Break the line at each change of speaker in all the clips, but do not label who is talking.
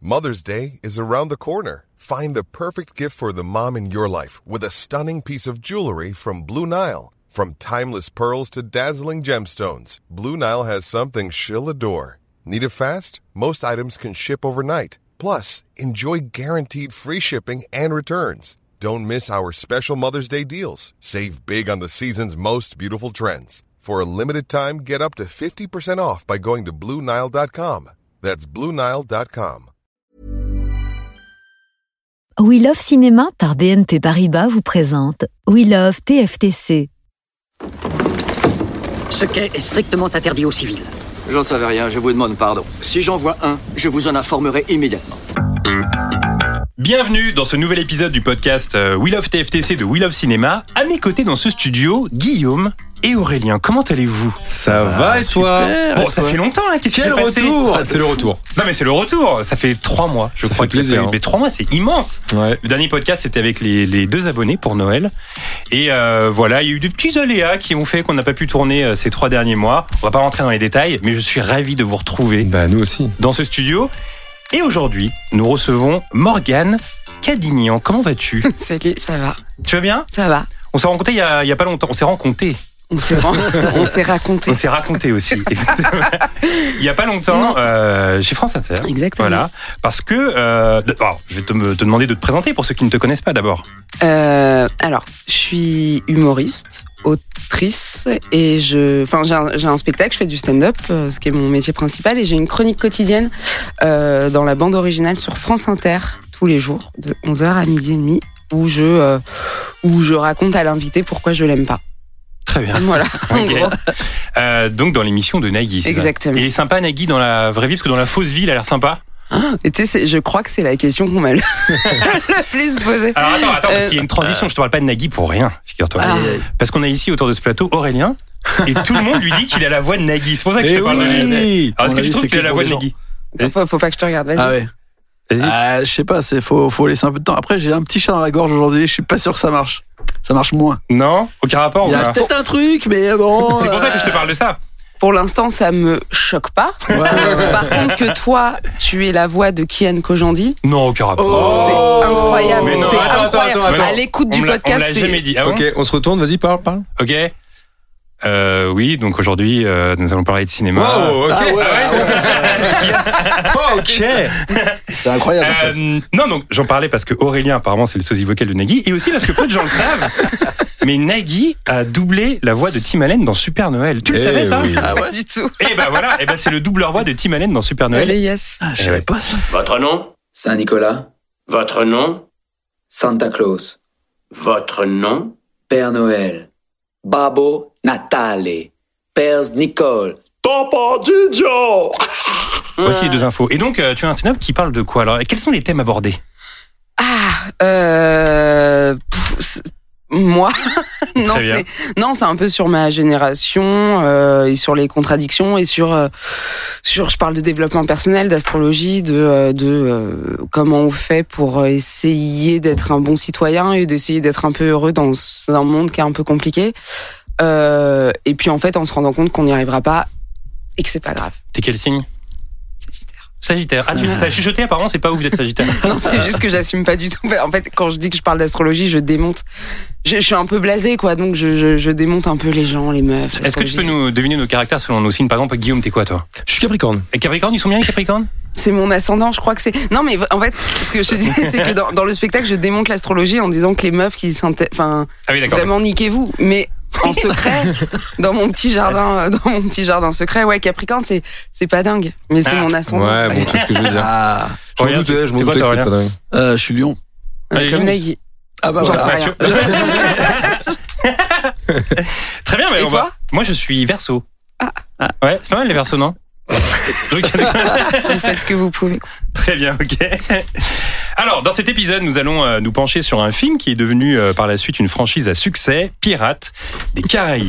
Mother's Day is around the corner. Find the perfect gift for the mom in your life with a stunning piece of jewelry from Blue Nile. From timeless pearls to dazzling gemstones, Blue Nile has something she'll adore. Need it fast? Most items can ship overnight. Plus, enjoy guaranteed free shipping and returns. Don't miss our special Mother's Day deals. Save big on the season's most beautiful trends. For a limited time, get up to 50% off by going to BlueNile.com. That's BlueNile.com.
We Love Cinéma par BNP Paribas vous présente We Love TFTC.
Ce quai est strictement interdit aux civils.
J'en savais rien, je vous demande pardon. Si j'en vois un, je vous en informerai immédiatement.
Bienvenue dans ce nouvel épisode du podcast We Love TFTC de We Love Cinéma. À mes côtés dans ce studio, Guillaume et Aurélien. Comment allez-vous ?
Ça va et toi ?
Bon, ça fait longtemps là, qu'est-ce qui s'est passé ?
Retour C'est le retour.
Non mais c'est le retour, ça fait 3 mois, je crois.
Ça fait plaisir.
Mais 3 mois, c'est immense.
Ouais.
Le dernier podcast, c'était avec les 2 abonnés pour Noël. Et voilà, il y a eu des petits aléas qui ont fait qu'on n'a pas pu tourner ces 3 derniers mois. On va pas rentrer dans les détails, mais je suis ravi de vous retrouver.
Bah nous aussi.
Dans ce studio. Et aujourd'hui, nous recevons Morgane Cadignan. Comment vas-tu ?
Salut, ça va.
Tu vas bien ?
Ça va.
On s'est rencontrés il y a pas longtemps. On s'est rencontrés.
On s'est raconté.
On s'est raconté aussi. Il y a pas longtemps, chez France Inter.
Exactement.
Voilà. Parce que, alors, je vais te demander de te présenter pour ceux qui ne te connaissent pas d'abord.
Alors, je suis humoriste, autrice, et j'ai un spectacle, je fais du stand-up, ce qui est mon métier principal, et j'ai une chronique quotidienne dans la bande originale sur France Inter, tous les jours, de 11h à 12h30, où je raconte à l'invité pourquoi je l'aime pas.
Très bien.
Voilà, en gros.
Donc dans l'émission de Nagui, c'est
exactement.
Ça. Il est sympa Nagui dans la vraie vie, parce que dans la fausse vie, il a l'air sympa.
Et tu sais, je crois que c'est la question qu'on m'a le plus posée.
Alors attends, parce qu'il y a une transition, je te parle pas de Nagui pour rien, figure-toi. Parce qu'on a ici autour de ce plateau Aurélien, et tout le monde lui dit qu'il a la voix de Nagui. C'est pour ça que je te parle de lui. Alors est-ce que tu trouves qu'il a la voix de Nagui ?
Faut pas que je te regarde, vas-y.
Ah ouais.
Vas-y.
Je sais pas, faut laisser un peu de temps. Après, j'ai un petit chat dans la gorge aujourd'hui, je suis pas sûr que ça marche. Ça marche moins.
Non ? Aucun rapport ?
Il y a peut-être un truc, mais bon.
C'est pour ça que je te parle de ça.
Pour l'instant, ça me choque pas.
Ouais.
Par contre, que toi, tu es la voix de Kian Kojandi.
Non, aucun rapport.
C'est incroyable.
Mais non,
c'est
attends.
incroyable. À l'écoute du podcast.
On me l'a jamais dit. Ah bon ?
Ok, on se retourne, vas-y, parle.
Ok. Oui, donc aujourd'hui, nous allons parler de cinéma.
Wow, ok.
Ah ouais.
Ok.
C'est incroyable. En fait.
Non, donc j'en parlais parce que Aurélien, apparemment, c'est le sosie vocal de Nagui, et aussi parce que peu de gens le savent. Mais Nagui a doublé la voix de Tim Allen dans Super Noël. Tu le savais ça ?
Oui.
Pas du tout.
Et ben voilà, c'est le doubleur voix de Tim Allen dans Super Noël.
Allez, yes.
Je savais pas ça.
Votre nom ?
Saint-Nicolas,
Votre nom ?
Santa Claus,
Votre nom ?
Père Noël, Babbo Natale, Père Nicole,
Papa Didio.
Voici les 2 infos. Et donc, tu as un stand-up qui parle de quoi alors ? Et quels sont les thèmes abordés ?
Moi,
Très bien.
c'est un peu sur ma génération et sur les contradictions et sur je parle de développement personnel, d'astrologie, de comment on fait pour essayer d'être un bon citoyen et d'essayer d'être un peu heureux dans un monde qui est un peu compliqué. Et puis en fait, en se rendant compte qu'on n'y arrivera pas et que c'est pas grave.
T'es quel signe ? Sagittaire. Ah, t'as chuchoté, apparemment, c'est pas ouf d'être Sagittaire.
Non, c'est juste que j'assume pas du tout. En fait, quand je dis que je parle d'astrologie, je démonte. Je suis un peu blasée, quoi. Donc, je démonte un peu les gens, les meufs.
Est-ce que tu peux nous deviner nos caractères selon nos signes ? Par exemple, Guillaume, t'es quoi, toi ?
Je suis Capricorne.
Et Capricorne, ils sont bien les Capricornes ?
C'est mon ascendant, je crois que c'est. Non, mais en fait, ce que je te disais, c'est que dans le spectacle, je démonte l'astrologie en disant que les meufs qui enfin, vraiment niquez-vous. Mais en secret, dans mon petit jardin secret, ouais, Capricorne, c'est pas dingue. Mais c'est mon ascendant.
Ouais, bon, c'est ce que je veux dire. Je m'en doutais que c'était pas dingue.
Je suis Lion.
Comme Nagui.
Ah bah
J'en sais
voilà.
rien.
Très bien, mais
Et toi ?
Moi, je suis Verseau. Ouais, c'est pas mal les Verseaux, non ?
Vous faites ce que vous pouvez.
Très bien, ok. Alors, dans cet épisode, nous allons nous pencher sur un film qui est devenu par la suite une franchise à succès, Pirates des Caraïbes.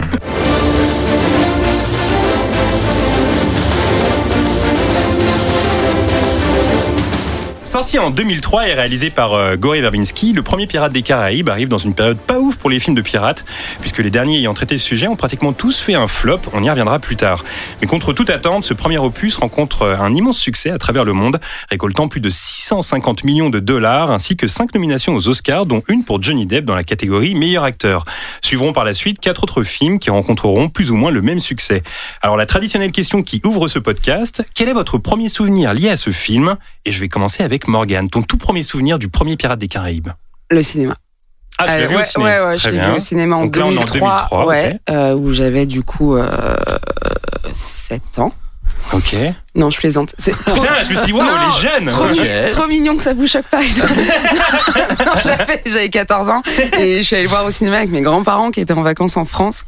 Sorti en 2003 et réalisé par Gore Verbinski, le premier Pirate des Caraïbes arrive dans une période pas ouf pour les films de pirates, puisque les derniers ayant traité ce sujet ont pratiquement tous fait un flop, on y reviendra plus tard. Mais contre toute attente, ce premier opus rencontre un immense succès à travers le monde, récoltant plus de 650 millions de dollars, ainsi que 5 nominations aux Oscars, dont une pour Johnny Depp dans la catégorie meilleur acteur. Suivront par la suite 4 autres films qui rencontreront plus ou moins le même succès. Alors la traditionnelle question qui ouvre ce podcast, quel est votre premier souvenir lié à ce film ? Et je vais commencer avec Morgane, ton tout premier souvenir du premier Pirate des Caraïbes.
Le cinéma.
Ah, tu l'as vu au cinéma ?
Ouais, je l'ai vu au cinéma en 2003, où j'avais du coup 7 ans.
Ok.
Non, je plaisante.
Putain, je me suis dit, waouh, elle est jeune.
Trop mignon que ça vous choque pas. J'avais 14 ans et je suis allée le voir au cinéma avec mes grands-parents qui étaient en vacances en France.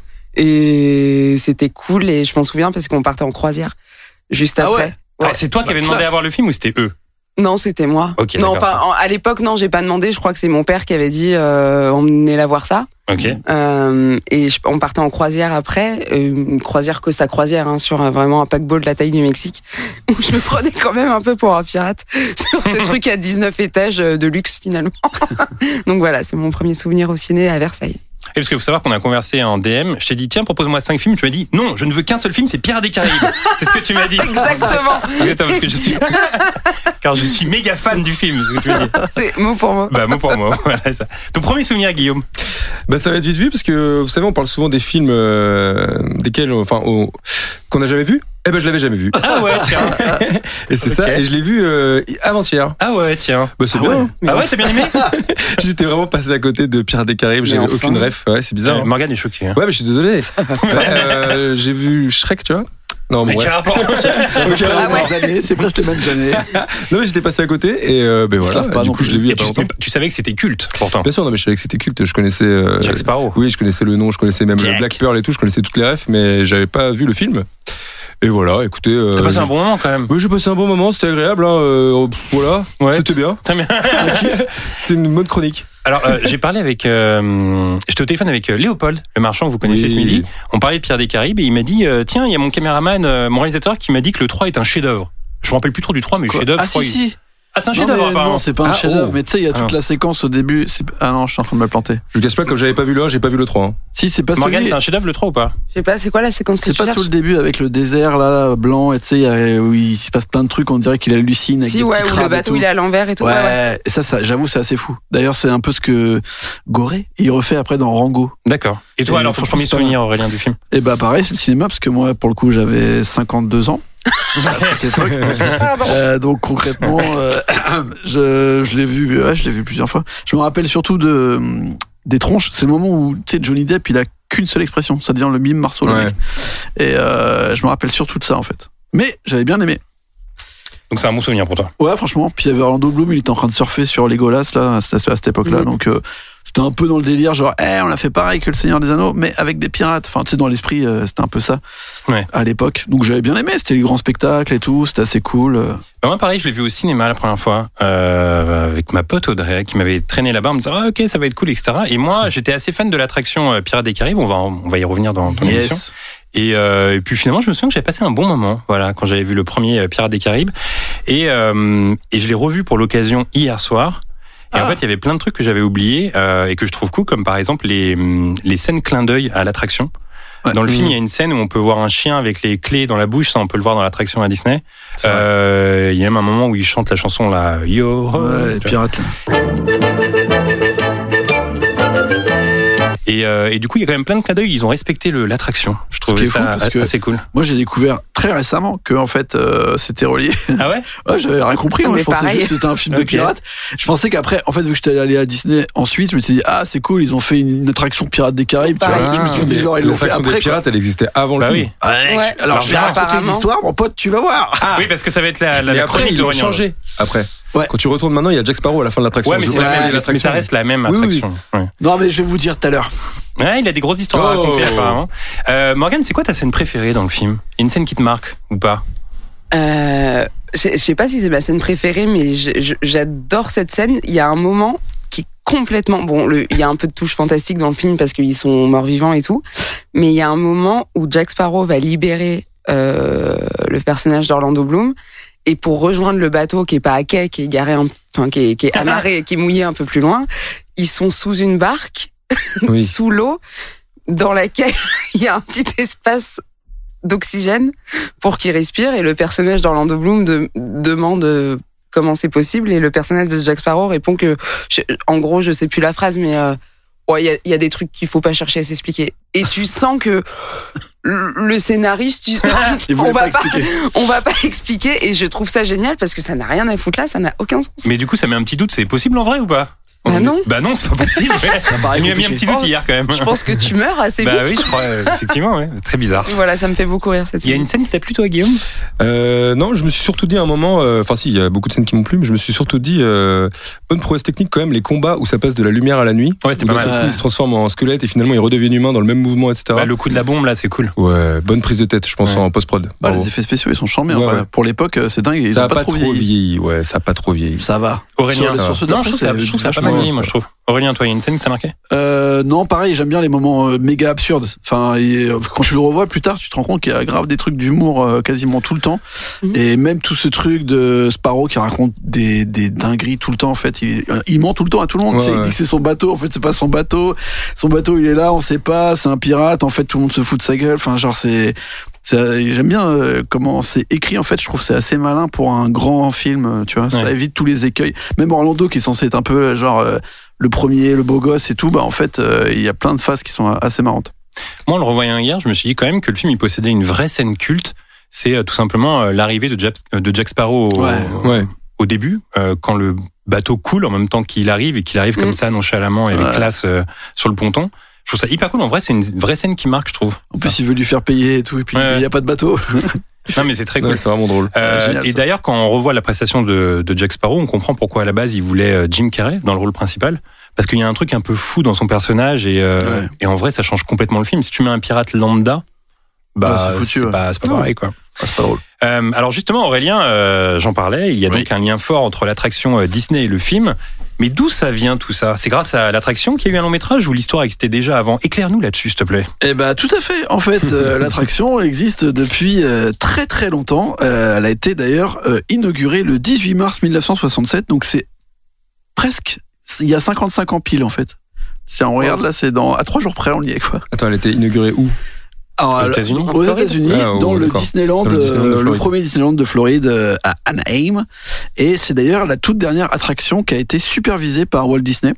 Et c'était cool et je m'en souviens parce qu'on partait en croisière juste après.
Ouais. Ah, c'est toi qui avais demandé à voir le film ou c'était eux ?
Non, c'était moi.
Okay,
non, enfin, à l'époque, non, j'ai pas demandé. Je crois que c'est mon père qui avait dit emmenez-la voir ça.
Ok.
Et on partait en croisière après, une croisière Costa Croisière, sur vraiment un paquebot de la taille du Mexique, où je me prenais quand même un peu pour un pirate sur ce truc à 19 étages de luxe finalement. Donc voilà, c'est mon premier souvenir au ciné à Versailles.
Et parce qu'il faut savoir qu'on a conversé en DM, je t'ai dit tiens, propose-moi 5 films, tu m'as dit non, je ne veux qu'un seul film, c'est Pirates des Caraïbes. C'est ce que tu m'as dit.
Exactement.
Parce que car je suis méga fan du film, c'est ce que tu m'as dit.
C'est mot pour mot.
Mot pour mot, voilà ça. Ton premier souvenir, Guillaume ?
Ça va être vite vu parce que vous savez, on parle souvent des films desquels, qu'on n'a jamais vus. Je l'avais jamais vu.
Ah ouais, tiens.
Et c'est ça. Et je l'ai vu avant-hier.
Ah ouais, tiens.
C'est bien.
Ah ouais, t'as bien aimé ?
J'étais vraiment passé à côté de Pirates des Caraïbes. J'avais aucune ref. Ouais, c'est bizarre.
Morgane est choquée.
Ouais, mais je suis désolé. J'ai vu Shrek, tu vois. Non,
mais quel rapport ?
C'est presque les mêmes années.
Non, mais j'étais passé à côté et voilà. Du coup, je l'ai vu il y a pas longtemps.
Tu savais que c'était culte, pourtant.
Bien sûr, non, mais je savais que c'était culte. Je connaissais
Jack Sparrow.
Oui, je connaissais le nom, je connaissais même Black Pearl et tout. Je connaissais toutes les refs, mais j'avais pas vu le film. Et voilà, écoutez.
T'as passé un bon moment quand même.
Oui, j'ai passé un bon moment, c'était agréable. Voilà, ouais. C'était bien. C'était une bonne chronique.
Alors, j'ai parlé avec. J'étais au téléphone avec Léopold, le marchand que vous connaissez ce midi. On parlait de Pirates des Caraïbes et il m'a dit tiens, il y a mon caméraman, mon réalisateur qui m'a dit que le 3 est un chef-d'œuvre. Je me rappelle plus trop du 3, mais le chef-d'œuvre.
Ah, si.
Ah, c'est un chef-d'œuvre apparemment.
Non, c'est pas un chef-d'œuvre, mais tu sais, il y a toute la séquence au début. Ah non, je suis en train de me planter.
Je cache pas, comme j'avais pas vu le 1, j'ai pas vu le 3. Hein.
Si, c'est pas
Morgane, c'est un chef-d'œuvre le 3 ou pas ?
Je sais pas, c'est quoi la séquence que tu cherches ?
C'est pas tout le début avec le désert là, blanc, et tu sais, où il se passe plein de trucs, on dirait qu'il hallucine.
Si, ouais, où le bateau il est à l'envers et tout.
Ouais. Et ça, j'avoue, c'est assez fou. D'ailleurs, c'est un peu ce que Gore, il refait après dans Rango.
D'accord. Et toi, alors, ton premier souvenir, Aurélien, du film ?
Pareil, c'est le cinéma, parce que moi, pour le coup, j'avais 52 ans. À cette époque. Donc concrètement, je l'ai vu plusieurs fois. Je me rappelle surtout des tronches. C'est le moment où tu sais Johnny Depp, il a qu'une seule expression, ça devient le mime Marceau le mec. Et je me rappelle surtout de ça en fait. Mais j'avais bien aimé.
Donc c'est un bon souvenir pour toi.
Ouais, franchement. Puis il y avait Orlando Bloom, il était en train de surfer sur Legolas là, à cette époque-là. Donc c'était un peu dans le délire, genre, on a fait pareil que le Seigneur des Anneaux, mais avec des pirates. Enfin, tu sais, dans l'esprit, c'était un peu ça à l'époque. Donc j'avais bien aimé, c'était les grands spectacles et tout, c'était assez cool.
Moi, pareil, je l'ai vu au cinéma la première fois, avec ma pote Audrey, qui m'avait traîné là-bas en me disant, ok, ça va être cool, etc. Et moi, j'étais assez fan de l'attraction Pirates des Caraïbes, on va y revenir dans l'émission. Et puis finalement, je me souviens que j'avais passé un bon moment, voilà, quand j'avais vu le premier Pirates des Caraïbes. Et je l'ai revu pour l'occasion hier soir. Et en fait, il y avait plein de trucs que j'avais oubliés et que je trouve cool, comme par exemple les scènes clin d'œil à l'attraction. Ouais. Dans le film, il y a une scène où on peut voir un chien avec les clés dans la bouche, ça on peut le voir dans l'attraction à Disney. Il y a même un moment où il chante la chanson là, Yo,
les pirates. Là.
Et du coup, il y a quand même plein de clins d'œil. Ils ont respecté l'attraction. Je trouvais ça assez cool.
Moi, j'ai découvert très récemment que en fait, c'était relié.
Ah ouais?
Ouais, j'avais rien compris. Moi, je pensais juste que c'était un film de pirates. Je pensais qu'après, en fait, vu que j'étais allé à Disney ensuite, je me suis dit c'est cool, ils ont fait une attraction Pirates des Caraïbes. Tu vois, je me suis dit genre ils l'ont fait après.
Des pirates, elle existait avant le film.
Oui. Ouais. Alors, je vais raconter l'histoire, mon pote, tu vas voir.
Oui, parce que ça va être la
chronique de Aurélien. Changé après. Ouais. Quand tu retournes maintenant, il y a Jack Sparrow à la fin de l'attraction.
Ouais, mais ça reste la même attraction.
Oui. Ouais. Non, mais je vais vous dire tout à l'heure.
Ouais, il a des grosses histoires à raconter apparemment. Morgane, c'est quoi ta scène préférée dans le film ? Il y a une scène qui te marque ou pas ?
Je sais pas si c'est ma scène préférée, mais j'adore cette scène. Il y a un moment qui est complètement... il y a un peu de touche fantastique dans le film parce qu'ils sont morts-vivants et tout. Mais il y a un moment où Jack Sparrow va libérer le personnage d'Orlando Bloom. Et pour rejoindre le bateau qui est pas à quai, qui est garé, qui est amarré et qui est mouillé un peu plus loin, ils sont sous une barque, sous l'eau, dans laquelle il y a un petit espace d'oxygène pour qu'ils respirent. Et le personnage d'Orlando Bloom demande comment c'est possible, et le personnage de Jack Sparrow répond que, en gros, je sais plus la phrase, mais il y a des trucs qu'il faut pas chercher à s'expliquer. Et tu sens que le scénariste, on va pas expliquer, et je trouve ça génial parce que ça n'a rien à foutre là, ça n'a aucun sens.
Mais du coup, ça met un petit doute, c'est possible en vrai ou pas?
Bah non.
Bah non, c'est pas possible. Il m'a mis un petit doute hier quand même.
Je pense que tu meurs assez vite.
Bah oui, je crois, effectivement, ouais. Très bizarre.
Voilà, ça me fait beaucoup rire cette scène.
Il y a une scène qui t'a plu toi, Guillaume?
Non, je me suis surtout dit à un moment, enfin si, il y a beaucoup de scènes qui m'ont plu, mais je me suis surtout dit, bonne prouesse technique quand même, les combats où ça passe de la lumière à la nuit.
Ouais, c'était pas mal.
Il se transforme en squelette et finalement il redevient humain dans le même mouvement, etc.
Bah, le coup de la bombe là, c'est cool.
Ouais, bonne prise de tête, je pense, en post-prod.
Bah, les effets spéciaux, ils sont charmés. Pour l'époque, c'est dingue. Ils
ça
ont
a pas trop vieilli. Ouais, ça a pas trop vieilli.
Ça va.
Aurélien,
sur ce
non, je trouve ça pas mal vieilli, moi je trouve. Aurélien, toi, il y a une scène qui t'a marqué?
Non, pareil, j'aime bien les moments méga absurdes. Enfin, quand tu le revois plus tard, tu te rends compte qu'il y a grave des trucs d'humour quasiment tout le temps. Et même tout ce truc de Sparrow qui raconte des dingueries tout le temps, en fait. Il ment tout le temps à tout le monde. Il dit que c'est son bateau, en fait, c'est pas son bateau. Son bateau, il est là, on sait pas, c'est un pirate. En fait, tout le monde se fout de sa gueule. Enfin, genre, j'aime bien comment c'est écrit, en fait. Je trouve que c'est assez malin pour un grand film, tu vois. Ça évite tous les écueils. Même Orlando, qui est censé être un peu, genre, le premier, le beau gosse et tout, bah en fait, il y a plein de phases qui sont assez marrantes.
Moi, en le revoyant hier, je me suis dit quand même que le film, il possédait une vraie scène culte. C'est tout simplement l'arrivée de Jack Sparrow au début, quand le bateau coule en même temps qu'il arrive, et qu'il arrive comme ça, nonchalamment et avec classe sur le ponton. Je trouve ça hyper cool. En vrai, c'est une vraie scène qui marque, je trouve.
En plus, il veut lui faire payer et tout, et puis il n'y a pas de bateau.
Non, mais c'est très cool.
C'est vraiment drôle.
Génial,
et d'ailleurs, quand on revoit la prestation de Jack Sparrow, on comprend pourquoi à la base il voulait Jim Carrey dans le rôle principal. Parce qu'il y a un truc un peu fou dans son personnage, et en vrai, ça change complètement le film. Si tu mets un pirate lambda, bah,
c'est foutu,
c'est pas pareil, quoi.
C'est pas drôle.
Alors justement, Aurélien, j'en parlais, il y a donc un lien fort entre l'attraction Disney et le film. Mais d'où ça vient tout ça? C'est grâce à l'attraction qu'il y a eu un long métrage, ou l'histoire existait déjà avant? Éclaire-nous là-dessus, s'il te plaît.
Eh ben, tout à fait. En fait, l'attraction existe depuis très très longtemps. Elle a été d'ailleurs inaugurée le 18 mars 1967, donc c'est presque, il y a 55 ans pile en fait. Si on regarde là, c'est à 3 jours près, on y est quoi.
Attends, elle a été inaugurée où?
Alors, aux États-Unis, dans le Disneyland, le premier Disneyland de Floride à Anaheim, et c'est d'ailleurs la toute dernière attraction qui a été supervisée par Walt Disney,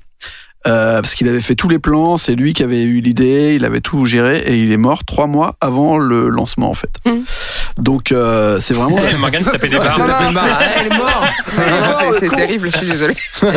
parce qu'il avait fait tous les plans, c'est lui qui avait eu l'idée, il avait tout géré, et il est mort 3 mois avant le lancement en fait. Donc c'est vraiment.
Morgane s'est tapé des barres.
Elle est morte. C'est terrible, je suis désolé.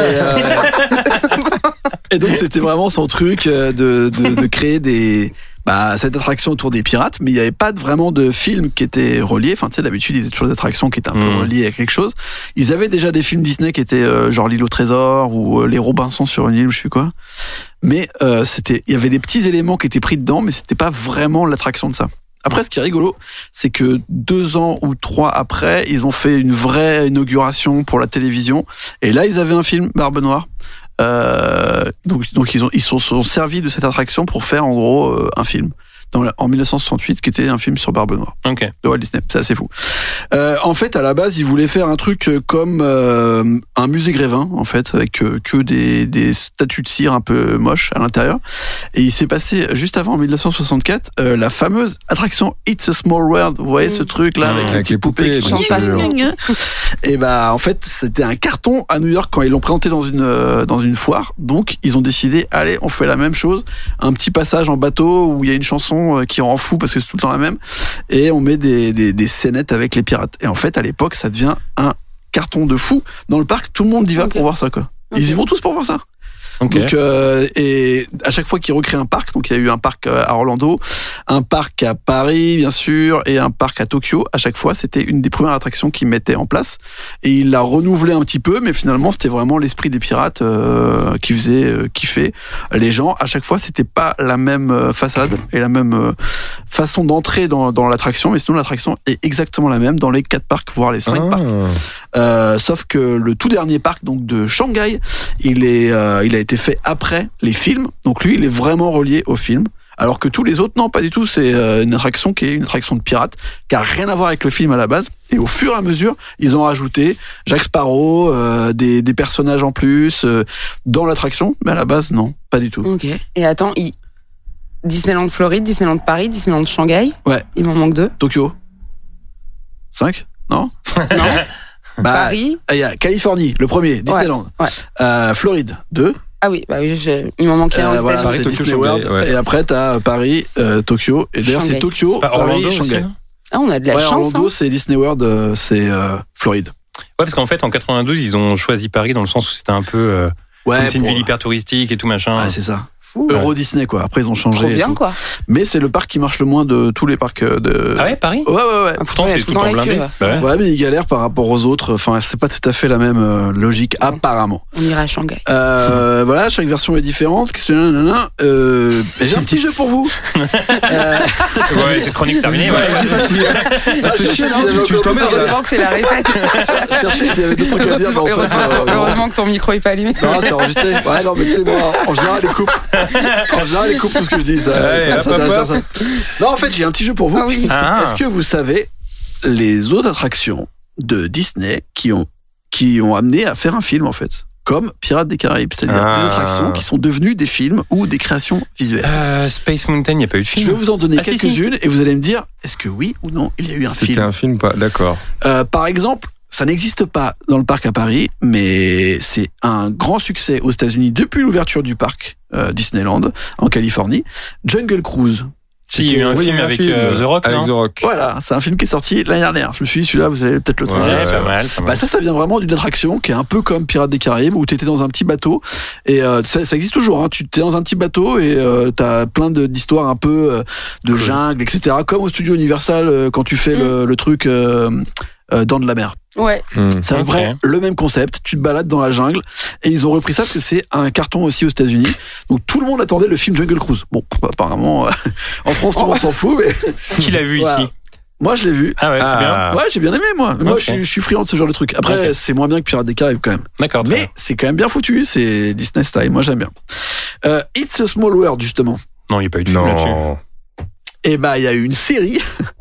Et donc c'était vraiment son truc de créer cette attraction autour des pirates, mais il n'y avait pas vraiment de film qui était relié. Enfin, tu sais, d'habitude, ils avaient toujours des attractions qui étaient un peu reliées à quelque chose. Ils avaient déjà des films Disney qui étaient genre L'île au trésor ou Les Robinson sur une île ou je sais quoi. Mais il y avait des petits éléments qui étaient pris dedans, mais c'était pas vraiment l'attraction de ça. Après, ce qui est rigolo, c'est que 2 ans ou 3 après, ils ont fait une vraie inauguration pour la télévision. Et là, ils avaient un film, Barbe Noire. Donc ils sont servis de cette attraction pour faire en gros un film en 1968 qui était un film sur Barbe Noire de Walt Disney. C'est assez fou. En fait, à la base, ils voulaient faire un truc comme un musée Grévin, en fait, avec que des statues de cire un peu moches à l'intérieur. Et il s'est passé juste avant, en 1964, la fameuse attraction It's a Small World. Vous voyez ce truc là avec les poupées qui chantent. Et bah en fait, c'était un carton à New York quand ils l'ont présenté dans une foire. Donc ils ont décidé, allez, on fait la même chose, un petit passage en bateau où il y a une chanson qui rend fou parce que c'est tout le temps la même, et on met des scénettes avec les pirates. Et en fait, à l'époque, ça devient un carton de fou. Dans le parc, tout le monde y va pour voir ça, quoi. Ils y vont tous pour voir ça. Donc, et à chaque fois qu'ils recréent un parc, donc il y a eu un parc à Orlando, un parc à Paris, bien sûr, et un parc à Tokyo. À chaque fois, c'était une des premières attractions qu'ils mettaient en place. Et ils la renouvelaient un petit peu, mais finalement, c'était vraiment l'esprit des pirates qui faisait kiffer les gens. À chaque fois, c'était pas la même façade et la même façon d'entrer dans l'attraction, mais sinon, l'attraction est exactement la même dans les 4 parcs, voire les 5 parcs. Sauf que le tout dernier parc, donc de Shanghai, il a été fait après les films. Donc lui, il est vraiment relié au film. Alors que tous les autres, non, pas du tout. C'est une attraction qui est une attraction de pirates, qui a rien à voir avec le film à la base. Et au fur et à mesure, ils ont rajouté Jack Sparrow, des personnages en plus dans l'attraction. Mais à la base, non, pas du tout.
Ok. Et attends, Disneyland Floride, Disneyland Paris, Disneyland Shanghai.
Ouais.
Il m'en manque 2.
Tokyo. 5 ? Non.
Non. Paris.
Il y a Californie, le premier, Disneyland.
Ouais.
Floride, 2.
Ah oui, il m'en manquait un aux
voilà,
États-Unis.
c'est
Tokyo,
Disney World.
Shanghai, ouais.
Et après, t'as Paris, Tokyo. Et d'ailleurs, c'est Tokyo, Paris,
Orlando
Shanghai.
aussi,
Ah, on a de la chance.
Orlando, c'est Disney World, c'est Floride.
Ouais, parce qu'en fait, en 92, ils ont choisi Paris dans le sens où c'était un peu. Comme c'est une ville hyper touristique et tout machin.
Ah, c'est ça. Euro Disney, quoi. Après, ils ont changé.
Trop bien, quoi.
Mais c'est le parc qui marche le moins de tous les parcs de.
Ah ouais, Paris ?
Ouais.
Ah,
Pourtant, c'est tout
dans
en
les
blindé.
cuves.
Bah
Ouais, mais ils galèrent par rapport aux autres. Enfin, c'est pas tout à fait la même logique, apparemment.
On ira à Shanghai.
Voilà, chaque version est différente. Et j'ai un petit jeu pour vous.
Ouais, cette chronique c'est terminée. Ouais.
Ça fait chier,
Heureusement que c'est la répète.
Chercher s'il y avait d'autres trucs à dire. mais en fait,
Heureusement que ton micro est pas allumé.
Non, c'est enregistré. Ouais, non, mais tu sais, moi, en général, les coupes. Les coupes, tout ce que je dis, ça intéresse personne. Non, en fait, j'ai un petit jeu pour vous.
Ah oui.
Est-ce que vous savez les autres attractions de Disney qui ont amené à faire un film, en fait, comme Pirates des Caraïbes, c'est-à-dire des attractions qui sont devenues des films ou des créations visuelles.
Space Mountain, il n'y a pas eu de film.
Je vais vous en donner quelques-unes
si.
et vous allez me dire, est-ce que oui ou non, il y a eu un film.
C'était un film, pas d'accord.
Par exemple, ça n'existe pas dans le parc à Paris, mais c'est un grand succès aux États-Unis depuis l'ouverture du parc Disneyland en Californie. Jungle Cruise.
Si, il y a eu un film avec The Rock,
avec
non
The Rock.
Voilà, c'est un film qui est sorti l'année dernière. Je me suis dit, celui-là, vous allez peut-être le trouver.
Ouais, pas mal.
Bah ça vient vraiment d'une attraction qui est un peu comme Pirates des Caraïbes, où tu étais dans un petit bateau et ça existe toujours. Hein, tu es dans un petit bateau et t'as plein d'histoires un peu de jungle, etc. Comme au studio Universal quand tu fais le truc dans de la mer.
Ouais.
C'est à peu près le même concept. Tu te balades dans la jungle et ils ont repris ça parce que c'est un carton aussi aux États-Unis. Donc tout le monde attendait le film Jungle Cruise. Bon, apparemment en France tout le monde s'en fout. Mais
qui l'a vu ici?
Moi je l'ai vu.
Ah ouais, c'est bien.
Ouais, j'ai bien aimé moi. Moi je suis friand de ce genre de truc. Après c'est moins bien que Pirates des Caraïbes quand même.
D'accord.
Mais c'est quand même bien foutu. C'est Disney style. Moi j'aime bien. It's a Small World justement.
Non, il n'y a pas eu de film là-dessus.
Et bah il y a eu une série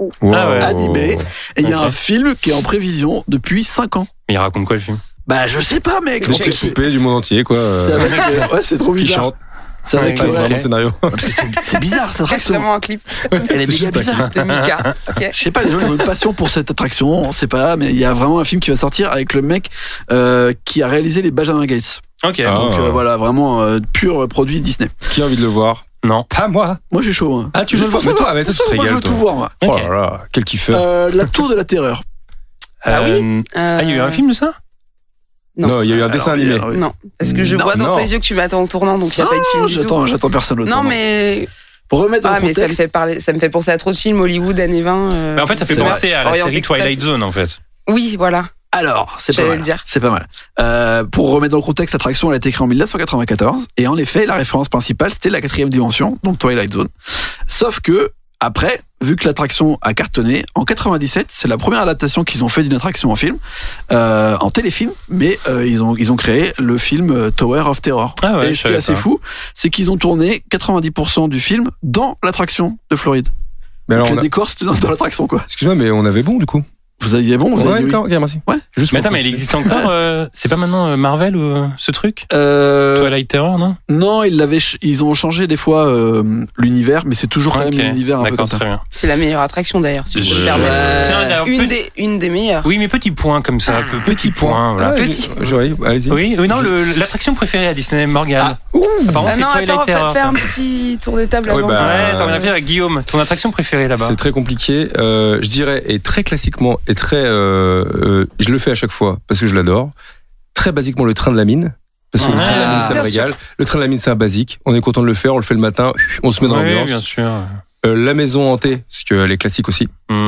animée et il y a un film qui est en prévision depuis 5 ans.
Mais il raconte quoi le film?
Bah je sais pas mec.
Toutes les poupées du monde entier quoi.
C'est avec, ouais c'est trop bizarre.
Qui chante.
C'est avec
vraiment le scénario.
Parce que c'est bizarre cette attraction.
C'est vraiment un clip.
Elle est méga bizarre.
De Mika. Okay.
Je sais pas, les gens ils ont une passion pour cette attraction, on sait pas, mais il y a vraiment un film qui va sortir avec le mec qui a réalisé les Benjamin Gates.
Ok.
Donc voilà, vraiment pur produit Disney.
Qui a envie de le voir?
Non.
Pas moi.
Moi j'ai chaud. Hein.
Ah tu veux le voir? Mais toi, tu te
moi je
régales.
veux tout voir moi.
Oh là là, quel kiffeur.
La Tour de la Terreur.
Ah oui.
Il y a eu un film de ça?
Non, il y a eu un dessin animé.
Non, parce que je vois dans tes yeux que tu m'attends en tournant, donc il n'y a pas eu de film du tout.
J'attends personne au tournant.
Non mais...
Pour remettre dans le contexte...
mais ça me fait penser à trop de films Hollywood années 20.
Mais en fait ça fait penser à la série Twilight Zone en fait.
Oui, voilà.
Alors, c'est pas
J'allais
mal.
le dire.
C'est pas mal. Pour remettre dans le contexte, l'attraction elle a été créée en 1994 et en effet, la référence principale c'était la 4e dimension, donc Twilight Zone. Sauf que après, vu que l'attraction a cartonné, en 97, c'est la première adaptation qu'ils ont fait d'une attraction en film, en téléfilm, mais ils ont créé le film Tower of Terror.
Ah ouais,
et ce qui est assez fou, c'est qu'ils ont tourné 90% du film dans l'attraction de Floride.
Mais alors,
donc le décor c'était dans l'attraction quoi.
Excuse-moi, mais on avait bon du coup.
Vous aviez bon, vous avez dit oui.
Ok, merci.
Ouais.
Juste
mais attends, mais il existe encore c'est pas maintenant Marvel ou ce truc Twilight Terror, non?
Non, ils ont changé des fois l'univers, mais c'est toujours quand même l'univers un peu comme ça.
Très bien.
C'est la meilleure attraction d'ailleurs, si je peux me permettre.
Tiens,
une des meilleures.
Oui, mais petit point comme ça, petit point. Voilà.
Petit.
Allez-y.
Oui, non, l'attraction préférée à Disney, Morgane. Apparemment, c'est Twilight Terror.
Fais un petit tour de table avant.
Ouais, t'en viens faire avec Guillaume. Ton attraction préférée là-bas?
C'est très compliqué. Je dirais, et très classiquement, et très... je le fais à chaque fois parce que je l'adore. Très basiquement, le train de la mine. Parce que le train de la mine, ça me régale. Le train de la mine, c'est un basique. On est content de le faire. On le fait le matin. On se met dans l'ambiance.
Oui, bien sûr.
La maison hantée, parce qu'elle est classique aussi.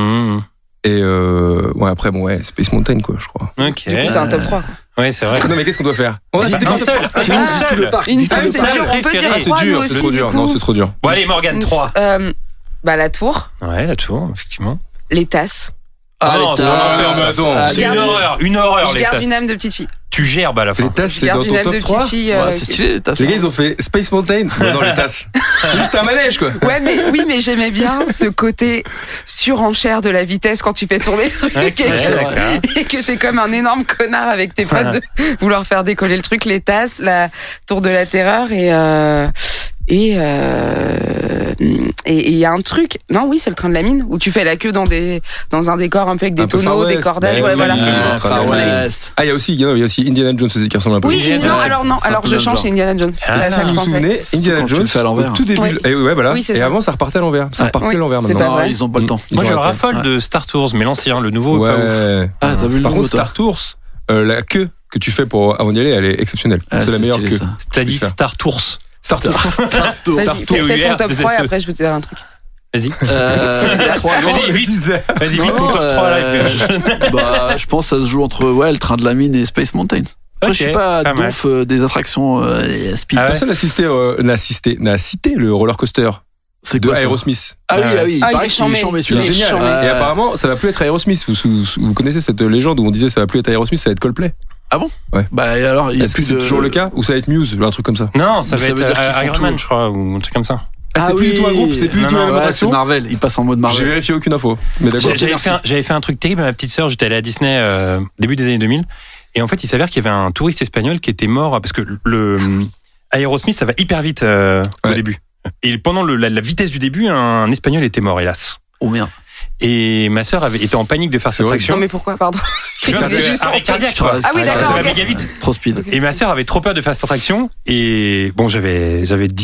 Et après, Space Mountain, quoi, je crois.
Ok.
Du coup, c'est un top 3.
Ouais, c'est vrai.
Non, mais qu'est-ce qu'on doit faire?
Un seul.
Une seule, c'est dur. On peut dire 3 nous aussi, du coup.
Non, c'est trop dur.
Bon, allez, Morgane, 3.
La tour.
Ouais, la tour, effectivement.
Les tasses.
Ah non, c'est un enfer. C'est une horreur,
Je
les
garde
tasses.
une âme de petite fille.
Tu gerbes à la fin.
Les tasses, c'est dans ton top 3.
C'est stylé, les tasses.
Les gars, ils ont fait Space Mountain. Non, les tasses. C'est juste un manège, quoi.
Ouais, mais j'aimais bien ce côté surenchère de la vitesse quand tu fais tourner le truc et que t'es comme un énorme connard avec tes potes de vouloir faire décoller le truc, les tasses, la tour de la terreur et il y a un truc, non, oui, c'est le train de la mine où tu fais la queue dans un décor un peu avec des tonneaux, des cordages, ouais, voilà.
Il y a aussi Indiana Jones aussi qui ressemble un peu.
Oui, alors je change, c'est Indiana Jones.
Vous vous souvenez, Indiana Jones
fait à l'envers.
Au tout début, et avant ça repartait à l'envers. Ça repartait à l'envers maintenant.
Ils ont pas le temps.
Moi, je raffole de Star Tours, mais l'ancien, le nouveau.
Ouais.
Ah, t'as vu le
Par
nouveau,
contre,
toi
Star Tours, la queue que tu fais avant d'y aller, elle est exceptionnelle. C'est la meilleure queue.
T'as dit Star Tours.
Star Tours.
Vas-y, fais ton top 3 et après je vais te dire un truc.
Vas-y.
Vas-y,
vite ton top 3 là.
Je pense que ça se joue entre le train de la mine et Space Mountain. Après, je suis pas donf des attractions speed.
Personne n'a cité le roller coaster de Aerosmith.
Ah oui, il paraît qu'il est chambé celui-là.
Génial. Et apparemment, ça va plus être Aerosmith. Vous connaissez cette légende où on disait ça va plus être Aerosmith, ça va être Coldplay.
Ah bon?
Ouais.
Alors,
est-ce que c'est toujours le cas ou ça va être Muse, un truc comme ça?
Non, ça va être Iron Man, je crois, ou un truc comme ça.
C'est plus du tout un groupe, c'est plus du tout la même attraction.
C'est Marvel, il passe en mode Marvel.
J'ai vérifié aucune info. Mais d'accord.
J'avais fait un truc terrible à ma petite sœur. J'étais allé à Disney début des années 2000, et en fait, il s'avère qu'il y avait un touriste espagnol qui était mort parce que le Aerosmith, ça va hyper vite au début. Et pendant la vitesse du début, un Espagnol était mort, hélas.
Oh merde.
Et ma sœur était en panique de faire cette attraction.
Non mais pourquoi, pardon?
Arrêt cardiaque, quoi.
Ah oui, d'accord.
Ça va méga vite.
Trop speed.
Et ma sœur avait trop peur de faire cette attraction. Et bon, j'avais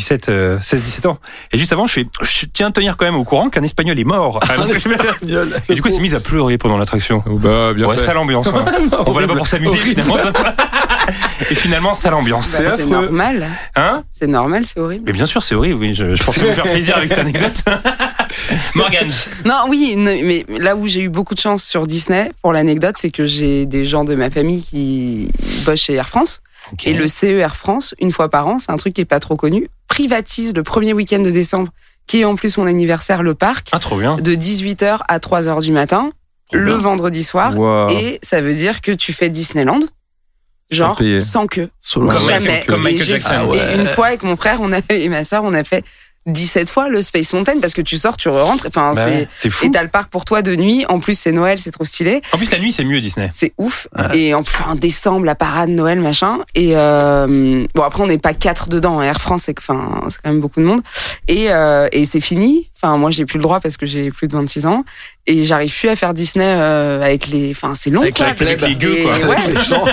16-17 ans. Et juste avant, je tiens à tenir quand même au courant qu'un Espagnol est mort. Et du coup, elle s'est mise à pleurer pendant l'attraction.
Bien fait.
Sale ambiance. Hein. On va là-bas pour s'amuser, finalement. Et finalement, sale ambiance.
C'est normal.
Hein?
C'est normal, c'est horrible.
Mais bien sûr, c'est horrible, oui. Je pensais vous faire plaisir avec cette anecdote. Morgane.
Non, oui, mais là où j'ai eu beaucoup de chance sur Disney, pour l'anecdote, c'est que j'ai des gens de ma famille qui bossent chez Air France. Okay. Et le CE Air France, une fois par an, c'est un truc qui est pas trop connu, privatise le premier week-end de décembre, qui est en plus mon anniversaire, le parc.
Ah, trop bien.
De 18h à 3h du matin, le vendredi soir.
Wow.
Et ça veut dire que tu fais Disneyland. Genre, sans queue. Jamais.
Comme Michael Jackson.
Et une fois, avec mon frère et ma sœur, on a fait 17 fois le Space Mountain parce que tu sors, tu re-rentres. Enfin,
c'est fou.
Et t'as le parc pour toi de nuit. En plus, c'est Noël, c'est trop stylé.
En plus, la nuit, c'est mieux Disney.
C'est ouf. Ouais. Et en plus, en décembre, la parade Noël, machin. Et bon, après, on n'est pas 4 dedans. Air France, c'est quand même beaucoup de monde. Et c'est fini. Enfin, moi, j'ai plus le droit parce que j'ai plus de 26 ans. Et j'arrive plus à faire Disney avec les. Enfin, c'est long, quoi.
Avec les gueux, quoi.
Ouais.
Avec les gens.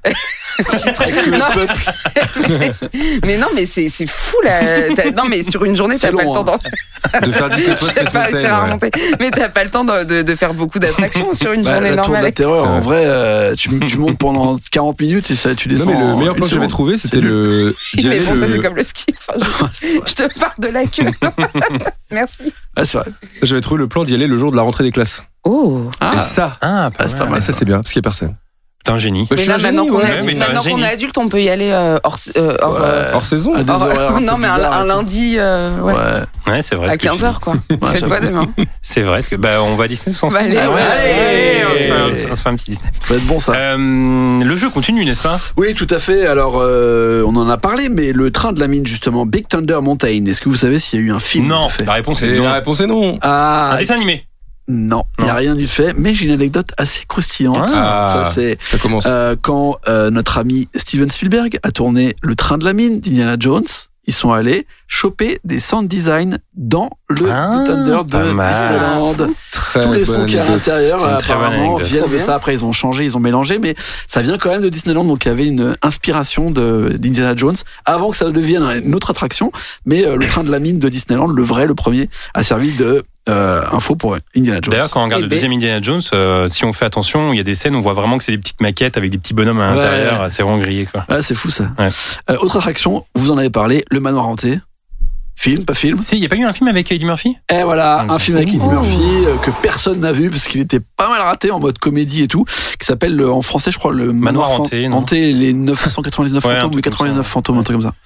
Avec le peuple.
Mais non, mais c'est fou, là. Non, mais sur une journée, t'as pas le temps
de faire 17 fois
Space Mountain. Mais t'as pas le temps de faire beaucoup d'attractions sur une journée
la
normale.
Tour de la Terreur, en vrai, tu montes pendant 40 minutes et ça, tu descends.
Non, mais le meilleur plan que j'avais trouvé, c'était le.
Mais bon, ça, c'est comme le ski. Enfin, je te parle de la queue. Merci.
Ah, c'est vrai.
J'avais trouvé le plan d'y aller le jour de la rentrée des classes.
Oh.
Et ça,
c'est pas mal.
Et ça, c'est bien, parce qu'il n'y a personne.
T'es un génie.
Mais là, maintenant qu'on est adulte, on peut y aller
hors saison.
Non, mais un lundi.
Ouais, c'est vrai.
À 15h, quoi. Faites quoi demain?
C'est vrai. On va à Disney tous ensemble.
Allez,
on se fait un petit Disney.
Ça va être bon, ça.
Le jeu continue, n'est-ce pas?
Oui, tout à fait. Alors, on en a parlé, mais le train de la mine, justement, Big Thunder Mountain, est-ce que vous savez s'il y a eu un film?
Non, la réponse est non.
La réponse est non.
Un dessin animé?
Non, il n'y a rien du fait, mais j'ai une anecdote assez croustillante.
Ça commence.
Quand notre ami Steven Spielberg a tourné Le Train de la Mine d'Indiana Jones, ils sont allés choper des sound design dans le Thunder de Disneyland. Tous les sons qu'il y a à l'intérieur apparemment viennent de ça. Après ils ont changé, ils ont mélangé, mais ça vient quand même de Disneyland. Donc il y avait une inspiration d'Indiana Jones avant que ça devienne une autre attraction. Mais le Train de la Mine de Disneyland, le premier, a servi de info pour Indiana Jones.
D'ailleurs, quand on regarde le deuxième Indiana Jones, si on fait attention, il y a des scènes, on voit vraiment que c'est des petites maquettes avec des petits bonhommes à l'intérieur. C'est vraiment grillé, quoi.
Ouais, c'est fou ça.
Ouais.
Autre attraction, vous en avez parlé, le manoir hanté. Film, pas film?
Si, il n'y a pas eu un film avec Eddie Murphy?
Et voilà, un film avec Eddie Murphy que personne n'a vu parce qu'il était pas mal raté en mode comédie et tout, qui s'appelle en français, je crois, le
Manoir hanté,
hanté, les 999 fantômes ou les 99 fantômes, un truc comme ça.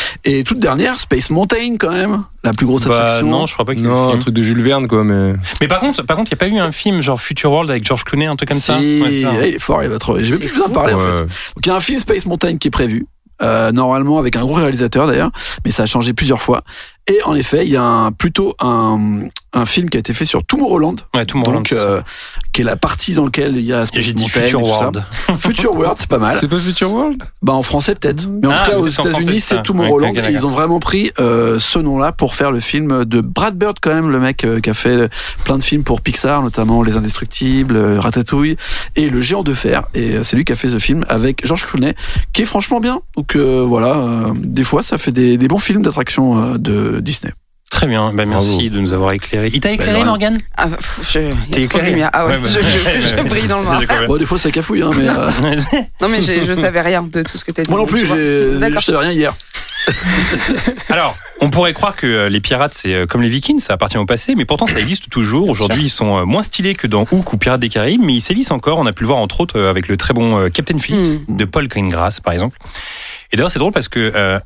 Et toute dernière, Space Mountain quand même, la plus grosse attraction.
Non, je crois pas qu'il y ait
Non, un truc de Jules Verne, quoi, mais.
Mais par contre, il n'y a pas eu un film genre Future World avec George Clooney, un truc comme ça?
Ouais,
c'est ça.
il est fort, il va trouver. Je vais plus vous en parler en fait. Donc il y a un film Space Mountain qui est prévu. Normalement avec un gros réalisateur d'ailleurs, mais ça a changé plusieurs fois. Et en effet, il y a plutôt un film qui a été fait sur Tomorrowland.
Ouais, Tomorrowland.
Donc, qui est la partie dans laquelle il y a Space Mountain.
Future World.
Future World, c'est pas mal.
C'est pas Future World?
Bah, en français, peut-être. Mais en tout cas, aux États-Unis, c'est Tomorrowland.
Ouais,
et ils ont vraiment pris ce nom-là pour faire le film de Brad Bird, quand même, le mec qui a fait plein de films pour Pixar, notamment Les Indestructibles, Ratatouille et Le Géant de Fer. Et c'est lui qui a fait ce film avec George Clooney, qui est franchement bien. Donc, voilà, des fois, ça fait des bons films d'attraction de Disney.
Très bien, merci de nous avoir éclairé. Il t'a éclairé, Morgane?
T'es éclairé? Ah ouais, je brille dans le noir.
Bon, des fois ça cafouille, hein, mais.
Non, mais je savais rien de tout ce que t'as dit.
Moi non plus, je savais rien hier.
Alors, on pourrait croire que les pirates, c'est comme les Vikings, ça appartient au passé, mais pourtant ça existe toujours. Aujourd'hui, ils sont moins stylés que dans Hook ou Pirates des Caraïbes, mais ils sévissent encore. On a pu le voir entre autres avec le très bon Captain Phillips de Paul Greengrass, par exemple. Et d'ailleurs, c'est drôle parce que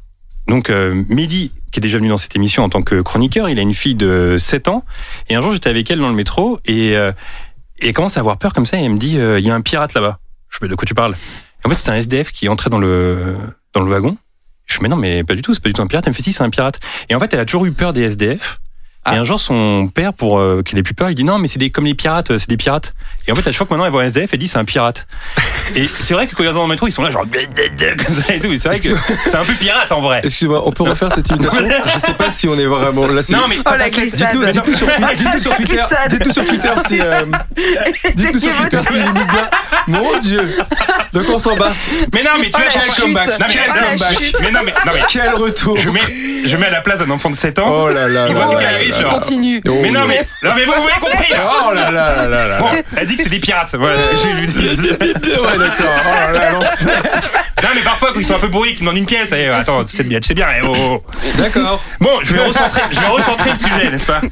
Mehdi, qui est déjà venu dans cette émission en tant que chroniqueur, il a une fille de 7 ans. Et un jour, j'étais avec elle dans le métro et elle commence à avoir peur comme ça. Et elle me dit, il y a un pirate là-bas. Je sais de quoi tu parles. Et en fait, c'était un SDF qui entrait dans le wagon. Je me dis, mais non, mais pas du tout, c'est pas du tout un pirate. Elle me fait, si, c'est un pirate. Et en fait, elle a toujours eu peur des SDF. Et un jour, son père, pour qu'elle ait plus peur, il dit non, mais c'est comme les pirates, c'est des pirates. Et en fait, à chaque fois que maintenant elle voit un SDF, elle dit c'est un pirate. Et c'est vrai que quand ils sont dans le métro, ils sont là genre comme ça et tout. Et c'est vrai que c'est un peu pirate en vrai.
Excusez-moi, on peut refaire cette imitation? Je sais pas si on est vraiment là.
Non mais
la glissade.
Dites-nous sur Twitter. Dites-nous sur Twitter si. Dites-nous sur Twitter si il imite bien. Mon Dieu. Donc on s'en bat.
Mais non, mais tu vois quel comeback. Non mais quel comeback. Mais
quel retour.
Je mets à la place d'un enfant de 7 ans.
Oh là là.
Continue.
Mais non mais vous m'avez compris là.
Oh là là là là.
Bon, elle dit que c'est des pirates. Voilà ce que je lui dis.
Ouais, d'accord. Oh là là, l'enfer.
Non mais parfois quand ils sont un peu bourrés, qu'ils demandent une pièce, attends, tu sais bien, oh.
D'accord.
Bon, je vais recentrer le sujet, n'est-ce pas?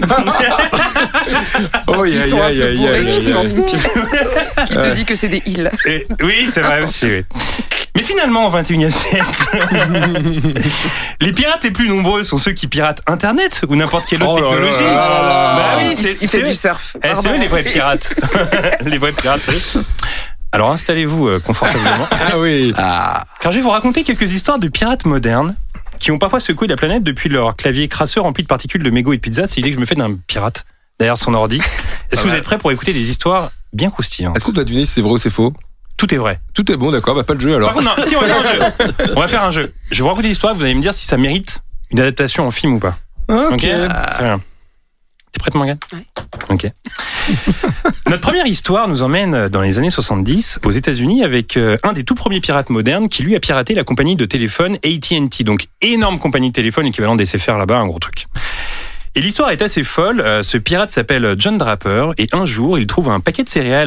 Oh, ils sont un peu bourrés, qui demandent une pièce, qui te dit que c'est des îles.
Oui, c'est vrai aussi, oui. Mais finalement, au XXIe siècle, les pirates les plus nombreux sont ceux qui piratent Internet ou n'importe quelle autre technologie.
Bah oui, il fait du surf.
C'est eux les vrais pirates. Les vrais pirates, c'est eux. Alors installez-vous confortablement.
Ah oui.
Car je vais vous raconter quelques histoires de pirates modernes qui ont parfois secoué la planète depuis leur clavier crasseux rempli de particules de mégots et de pizza. C'est l'idée que je me fais d'un pirate derrière son ordi. Est-ce que vous êtes prêts pour écouter des histoires bien croustillantes?
Est-ce qu'on doit deviner si c'est vrai ou c'est faux?
Tout est vrai.
Tout est bon, d'accord, pas de jeu alors.
Par contre, non, si, on va faire un jeu. On va faire un jeu. Je vais vous raconter des histoires, vous allez me dire si ça mérite une adaptation en film ou pas.
Ok.
Très bien. T'es prête, Morgane?
Oui.
Ok. Notre première histoire nous emmène dans les années 70 aux États-Unis avec un des tout premiers pirates modernes qui lui a piraté la compagnie de téléphone AT&T. Donc, énorme compagnie de téléphone équivalent des SFR là-bas, un gros truc. Et l'histoire est assez folle. Ce pirate s'appelle John Draper et un jour, il trouve dans un paquet de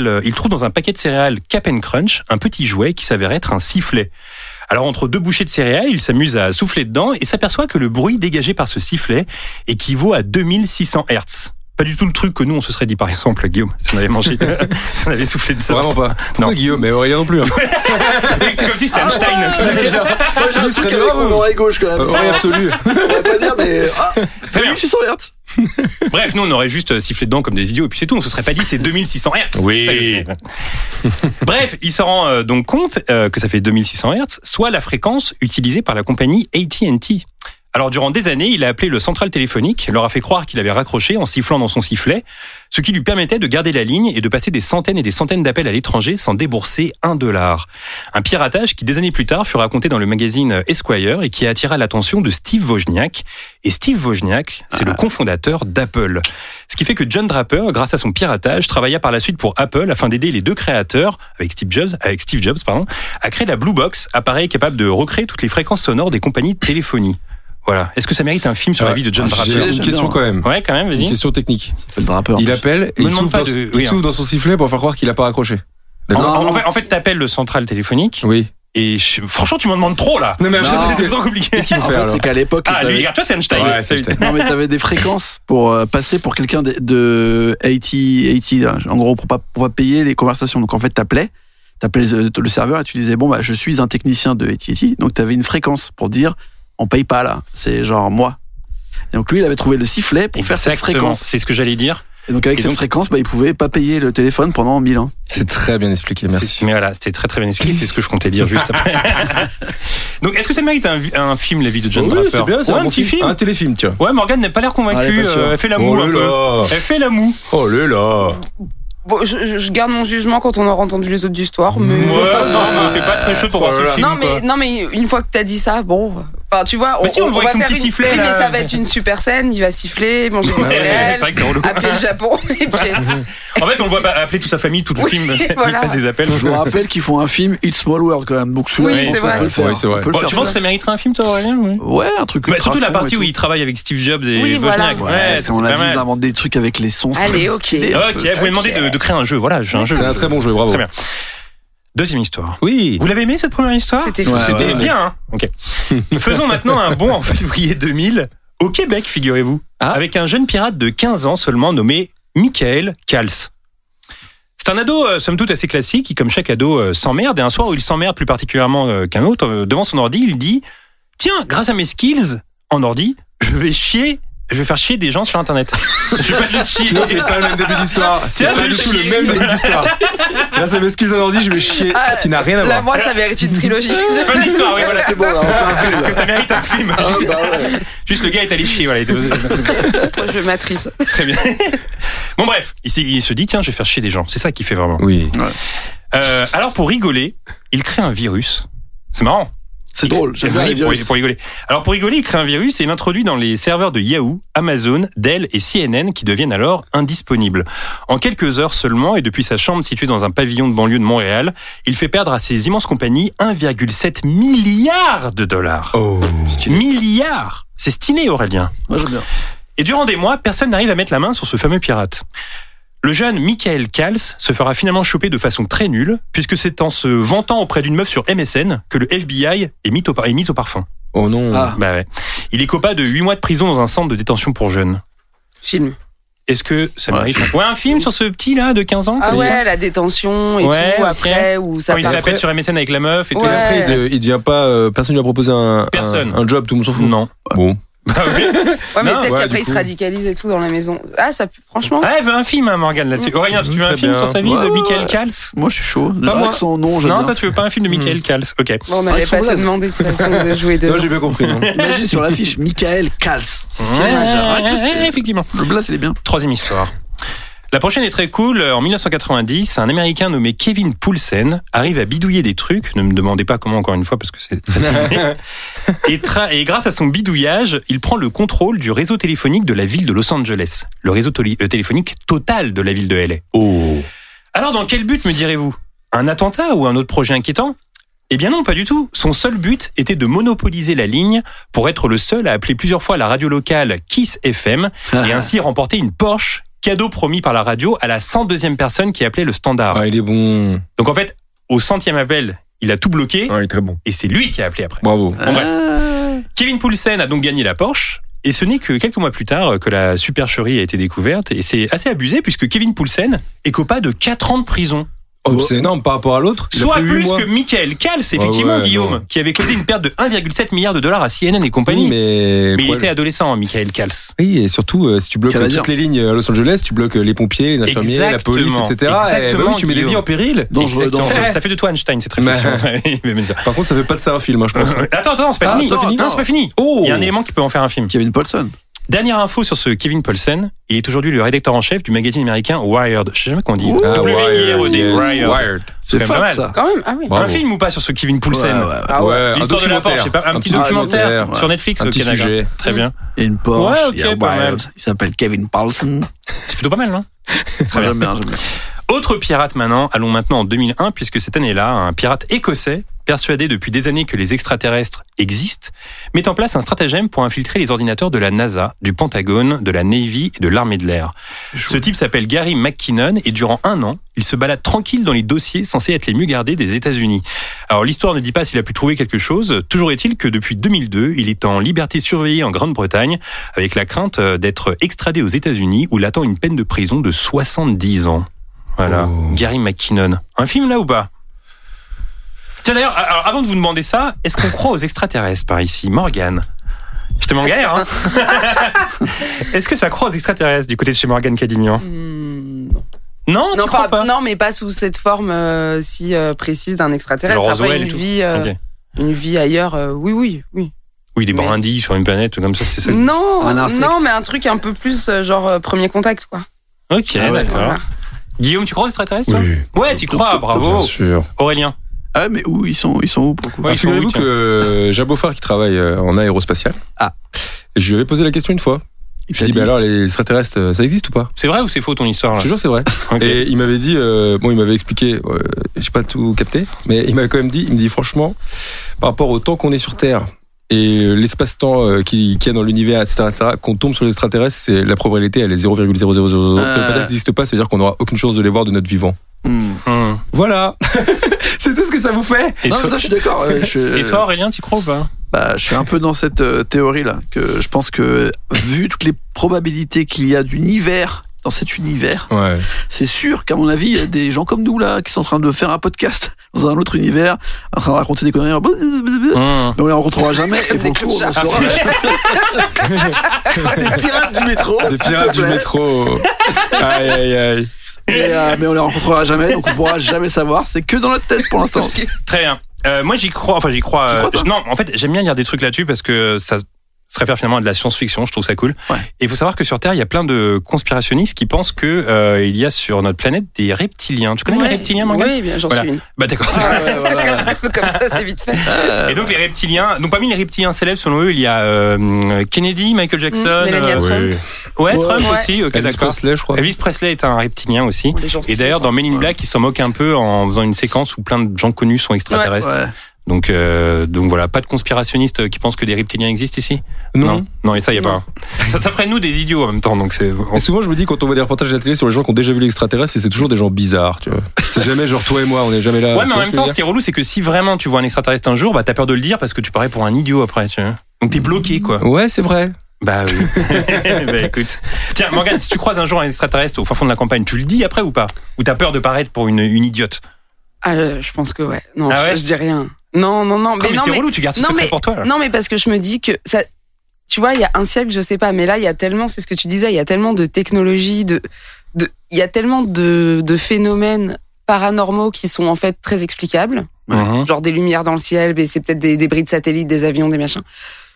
céréales Cap'n Crunch un petit jouet qui s'avère être un sifflet. Alors entre deux bouchées de céréales, il s'amuse à souffler dedans et s'aperçoit que le bruit dégagé par ce sifflet équivaut à 2600 Hz. Pas du tout le truc que nous on se serait dit par exemple, Guillaume, si on avait mangé, si on avait soufflé de ça.
Vraiment pas. Non, Guillaume, mais Aurélien non plus. Hein.
C'est comme si c'était Einstein.
Moi j'ai un truc avec mon oreille gauche quand même.
Oreille absolue.
On va pas dire, mais.
Très bien.
2600 Hz.
Bref, nous on aurait juste sifflé dedans comme des idiots et puis c'est tout, on se serait pas dit c'est 2600 Hz.
Oui.
Bref, il se rend donc compte que ça fait 2600 Hz, soit la fréquence utilisée par la compagnie AT&T. Alors durant des années, il a appelé le central téléphonique, leur a fait croire qu'il avait raccroché en sifflant dans son sifflet, ce qui lui permettait de garder la ligne et de passer des centaines et des centaines d'appels à l'étranger sans débourser $1. Un piratage qui des années plus tard fut raconté dans le magazine Esquire et qui attira l'attention de Steve Wozniak. Et Steve Wozniak, c'est le cofondateur d'Apple. Ce qui fait que John Draper, grâce à son piratage, travailla par la suite pour Apple afin d'aider les deux créateurs, avec Steve Jobs, à créer la Blue Box, appareil capable de recréer toutes les fréquences sonores des compagnies de téléphonie. Voilà. Est-ce que ça mérite un film sur la vie de John Draper?
J'ai une question quand même.
Ouais, quand même, vas-y.
Une question technique.
Draper,
il appelle et il souffle dans son sifflet pour faire croire qu'il a pas raccroché.
En fait, t'appelles le central téléphonique.
Oui.
Et franchement, tu m'en demandes trop là.
Non mais
c'est trop compliqué.
Qu'est-ce qu'il faut faire,
c'est qu'à l'époque.
Lui, regarde, toi, c'est Einstein.
Ouais, c'est Einstein.
Non mais t'avais des fréquences pour passer pour quelqu'un de AT là. En gros pour pas payer les conversations. Donc en fait t'appelais le serveur et tu disais bon bah je suis un technicien de AT&T. Donc t'avais une fréquence pour dire on paye pas là, c'est genre moi. Et donc lui, il avait trouvé le sifflet pour faire cette fréquence.
C'est ce que j'allais dire.
Et donc avec cette fréquence, il pouvait pas payer le téléphone pendant 1000 ans.
C'est très bien expliqué, merci.
Mais voilà, c'était très très bien expliqué, c'est ce que je comptais dire juste après. Donc est-ce que ça mérite un film, La vie de John Draper?
C'est bien, c'est
un petit film.
Un téléfilm, tiens.
Ouais, Morgane n'a pas l'air convaincue, elle fait la moue un peu. Elle fait la moue.
Oh là là.
Bon, je garde mon jugement quand on aura entendu les autres histoires, mais.
Ouais, non, mais t'es pas très chaud pour voir ce film.
Non, mais une fois que t'as dit ça, bon. Enfin, tu vois,
mais si on voit avec son petit sifflet.
Oui, mais ça va être une super scène, il va siffler, manger des céréales, appeler le Japon, et puis.
En fait, on le voit appeler toute sa famille, tout le film, il passe des appels.
Je vous rappelle qu'ils font un film It's Small World quand même, donc celui-là,
oui, c'est vrai.
On peut le faire.
Oui, c'est vrai.
Tu penses que ça mériterait un film, toi, Aurélien?
Ouais, un truc.
Surtout la partie où il travaille avec Steve Jobs et Wozniak.
Ouais, on a vu inventer des trucs avec les sons.
Allez, ok.
Ok, vous m'avez demandé de créer un jeu, voilà, j'ai un jeu.
C'est un très bon jeu, bravo.
Très bien. Deuxième histoire.
Oui.
Vous l'avez aimé cette première histoire?
C'était fou.
C'était bien, hein. Ok. Faisons maintenant un bond en février 2000 au Québec, figurez-vous, avec un jeune pirate de 15 ans seulement nommé Michael Kals. C'est un ado, somme toute, assez classique, qui, comme chaque ado, s'emmerde. Et un soir où il s'emmerde plus particulièrement qu'un autre, devant son ordi, il dit « Tiens, grâce à mes skills en ordi, je vais faire chier des gens sur Internet. » Je vais pas juste chier.
C'est pas le même début d'histoire. C'est pas du tout le même début d'histoire. Grâce à mes skills en ordi, je vais chier, ce qui n'a rien à voir.
Là, moi, ça mérite une trilogie.
C'est pas l'histoire, oui, voilà.
C'est bon, là, on fait un film.
Parce que ça mérite un film. Juste le gars est allé chier, voilà.
Je vais m'attriver ça.
Très bien. Bon, bref, il se dit, tiens, je vais faire chier des gens. C'est ça qu'il fait vraiment.
Oui.
Alors, pour rigoler, il crée un virus. C'est marrant.
C'est drôle, j'aime bien les virus.
Pour rigoler. Alors, pour rigoler, il crée un virus et l'introduit dans les serveurs de Yahoo, Amazon, Dell et CNN qui deviennent alors indisponibles. En quelques heures seulement, et depuis sa chambre située dans un pavillon de banlieue de Montréal, il fait perdre à ces immenses compagnies 1,7 milliard de dollars.
Oh.
Milliards! C'est stylé, Aurélien.
Moi, j'aime bien.
Et durant des mois, personne n'arrive à mettre la main sur ce fameux pirate. Le jeune Michael Kals se fera finalement choper de façon très nulle, puisque c'est en se vantant auprès d'une meuf sur MSN que le FBI est mis au parfum.
Oh non.
Bah ouais. Il est copa de 8 mois de prison dans un centre de détention pour jeunes.
Film.
Est-ce que ça mérite un film sur ce petit là de 15 ans?
Ah ouais, la détention et tout, après, où ça
quand il s'appelle sur MSN avec la meuf et tout.
Après, il devient pas, personne lui a proposé un job, tout le monde s'en fout.
Non.
Bon.
Bah oui. Ouais, mais peut-être qu'après il se radicalise et tout dans la maison. Ah, ça, franchement.
Ah, elle veut un film, hein, Morgane, là-dessus. Aurélien, tu veux un film sur sa vie de Michael Kals?
Moi, je suis chaud.
Pas moi.
Son nom,
non, toi, tu veux pas un film de Michael Kals? Ok.
Bon, on n'allait pas te demander de toute façon de jouer de.
Non, j'ai bien compris.
Imagine sur l'affiche Michael Kals. C'est stylé.
Effectivement.
Le blast, il est bien.
Troisième histoire. La prochaine est très cool. En 1990, un Américain nommé Kevin Poulsen arrive à bidouiller des trucs. Ne me demandez pas comment, encore une fois, parce que c'est très et grâce à son bidouillage, il prend le contrôle du réseau téléphonique de la ville de Los Angeles. Le réseau téléphonique total de la ville de LA.
Oh.
Alors, dans quel but, me direz-vous? Un attentat ou un autre projet inquiétant? Eh bien non, pas du tout. Son seul but était de monopoliser la ligne pour être le seul à appeler plusieurs fois la radio locale Kiss FM et ainsi remporter une Porsche, cadeau promis par la radio à la 102e personne qui appelait le standard.
Ah, il est bon.
Donc en fait, au 100e appel, il a tout bloqué.
Ah, il est très bon.
Et c'est lui qui a appelé après.
Bravo.
Bon, bref. Kevin Poulsen a donc gagné la Porsche. Et ce n'est que quelques mois plus tard que la supercherie a été découverte. Et c'est assez abusé puisque Kevin Poulsen est copa de 4 ans de prison.
Oh, c'est énorme par rapport à l'autre.
Soit plus que Michael Kals, effectivement, Guillaume, qui avait causé une perte de 1,7 milliard de dollars à CNN et compagnie.
Oui, mais
il était adolescent, Michael Kals.
Oui, et surtout, si tu bloques toutes les lignes à Los Angeles, tu bloques les pompiers, les infirmiers, la police, etc.
Exactement.
Oui, tu mets des vies en péril.
Ça fait de toi Einstein, cette réflexion.
Par contre, ça fait pas de ça un film, hein, je pense.
Attends, c'est pas fini. Non, c'est pas fini. Il y a un élément qui peut en faire un film.
Kevin Poulsen.
Dernière info sur ce Kevin Poulsen, il est aujourd'hui le rédacteur en chef du magazine américain Wired. Je sais jamais comment on dit. W-I-R-E-D. Wired.
C'est
pas mal.
Ça.
Quand même, ah oui.
Un film ou pas sur ce Kevin Poulsen?
Ouais.
L'histoire de la Porsche, c'est pas un petit documentaire sur Netflix au Canada.
Sujet.
Très bien.
Il y a une Porsche, il y a
pas mal.
Wired. Il s'appelle Kevin Poulsen.
C'est plutôt pas mal, non?
J'aime bien.
Autre pirate maintenant, allons maintenant en 2001, puisque cette année-là, un pirate écossais, persuadé depuis des années que les extraterrestres existent, met en place un stratagème pour infiltrer les ordinateurs de la NASA, du Pentagone, de la Navy et de l'armée de l'air. Ce type s'appelle Gary McKinnon et durant 1 an, il se balade tranquille dans les dossiers censés être les mieux gardés des États-Unis. Alors l'histoire ne dit pas s'il a pu trouver quelque chose, toujours est-il que depuis 2002, il est en liberté surveillée en Grande-Bretagne avec la crainte d'être extradé aux États-Unis où l'attend une peine de prison de 70 ans. Voilà, Gary McKinnon. Un film là ou pas? Tiens d'ailleurs, avant de vous demander ça, est-ce qu'on croit aux extraterrestres par ici? Morgane? Je te mets en galère, hein. Est-ce que ça croit aux extraterrestres du côté de chez Morgane Cadignan? Non, tu crois pas?
Non, mais pas sous cette forme si précise d'un extraterrestre.
Genre
Après,
Roswell
une vie ailleurs, oui.
Oui, des brindilles sur une planète, comme ça, c'est ça.
Non, mais un truc un peu plus genre premier contact, quoi.
Ok, d'accord. Voilà. Guillaume, tu crois aux extraterrestres, toi? Ouais, tu crois, bravo.
Bien sûr.
Aurélien?
Ah, mais où ils sont où pour le coup?
Figurez-vous que j'ai un beau-frère qui travaille en aérospatial. Et je lui avais posé la question une fois. Je lui ai dit, alors les extraterrestres, ça existe ou pas?
C'est vrai ou c'est faux ton histoire là?
Je te jure, c'est vrai. Okay. Et il m'avait dit, il m'avait expliqué, j'ai pas tout capté, mais il m'avait quand même dit, il me dit franchement, par rapport au temps qu'on est sur Terre et l'espace-temps qu'il y a dans l'univers, etc., qu'on tombe sur les extraterrestres, c'est la probabilité, elle est 0,0000. Ça veut pas dire que ça n'existe pas, ça veut dire qu'on n'aura aucune chance de les voir de notre vivant. Voilà. C'est tout ce que ça vous fait.
Non, mais ça, je suis d'accord.
Et toi, Aurélien, tu crois ou pas?
Je suis un peu dans cette théorie-là, que je pense que, vu toutes les probabilités qu'il y a d'univers dans cet univers, c'est sûr qu'à mon avis, il y a des gens comme nous, là, qui sont en train de faire un podcast dans un autre univers, en train de raconter des conneries, mais on les rencontrera jamais, et pour le coup, on en saura. Des pirates du métro.
Des pirates du métro. Aïe.
Mais on les rencontrera jamais, donc on pourra jamais savoir. C'est que dans notre tête pour l'instant.
Très bien. Moi j'y crois. J'y crois. Non, en fait, j'aime bien lire des trucs là-dessus parce que ça se réfère finalement à de la science-fiction. Je trouve ça cool. Et il faut savoir que sur Terre, il y a plein de conspirationnistes qui pensent que il y a sur notre planète des reptiliens. Tu connais les reptiliens, Morgane?
Oui, bien, j'en suis une.
Bah d'accord.
Un peu comme ça, c'est vite fait.
Et donc les reptiliens. Donc parmi les reptiliens célèbres, selon eux, il y a Kennedy, Michael Jackson,
Melania Trump.
Trump aussi. Ok,
Elvis
d'accord.
Presley, je crois.
Elvis Presley est un reptilien aussi. Et d'ailleurs, dans Men in Black, ils s'en moquent un peu en faisant une séquence où plein de gens connus sont extraterrestres. Donc voilà, pas de conspirationnistes qui pensent que des reptiliens existent ici? Non, et ça y a pas. Ça ferait nous des idiots en même temps, donc c'est.
Et souvent je me dis quand on voit des reportages à la télé sur les gens qui ont déjà vu l'extraterrestre, c'est toujours des gens bizarres, tu vois. C'est jamais genre toi et moi, on est jamais là.
Ouais, mais en même temps, ce qui est relou, c'est que si vraiment tu vois un extraterrestre un jour, bah t'as peur de le dire parce que tu parais pour un idiot après, tu vois. Donc t'es bloqué, quoi.
Ouais, c'est vrai.
Bah oui. Bah écoute. Tiens, Morgane, si tu croises un jour un extraterrestre au fin fond de la campagne, tu le dis après ou pas? Ou t'as peur de paraître pour une idiote?
Je pense que ouais. Non, je dis rien. Non.
Mais c'est relou, tu gardes ce secret pour toi. Là.
Non, mais parce que je me dis que ça. Tu vois, il y a un siècle, je sais pas, mais là, il y a tellement, c'est ce que tu disais, il y a tellement de technologies, il y a tellement de phénomènes paranormaux qui sont en fait très explicables. Genre des lumières dans le ciel, mais c'est peut-être des débris de satellites, des avions, des machins.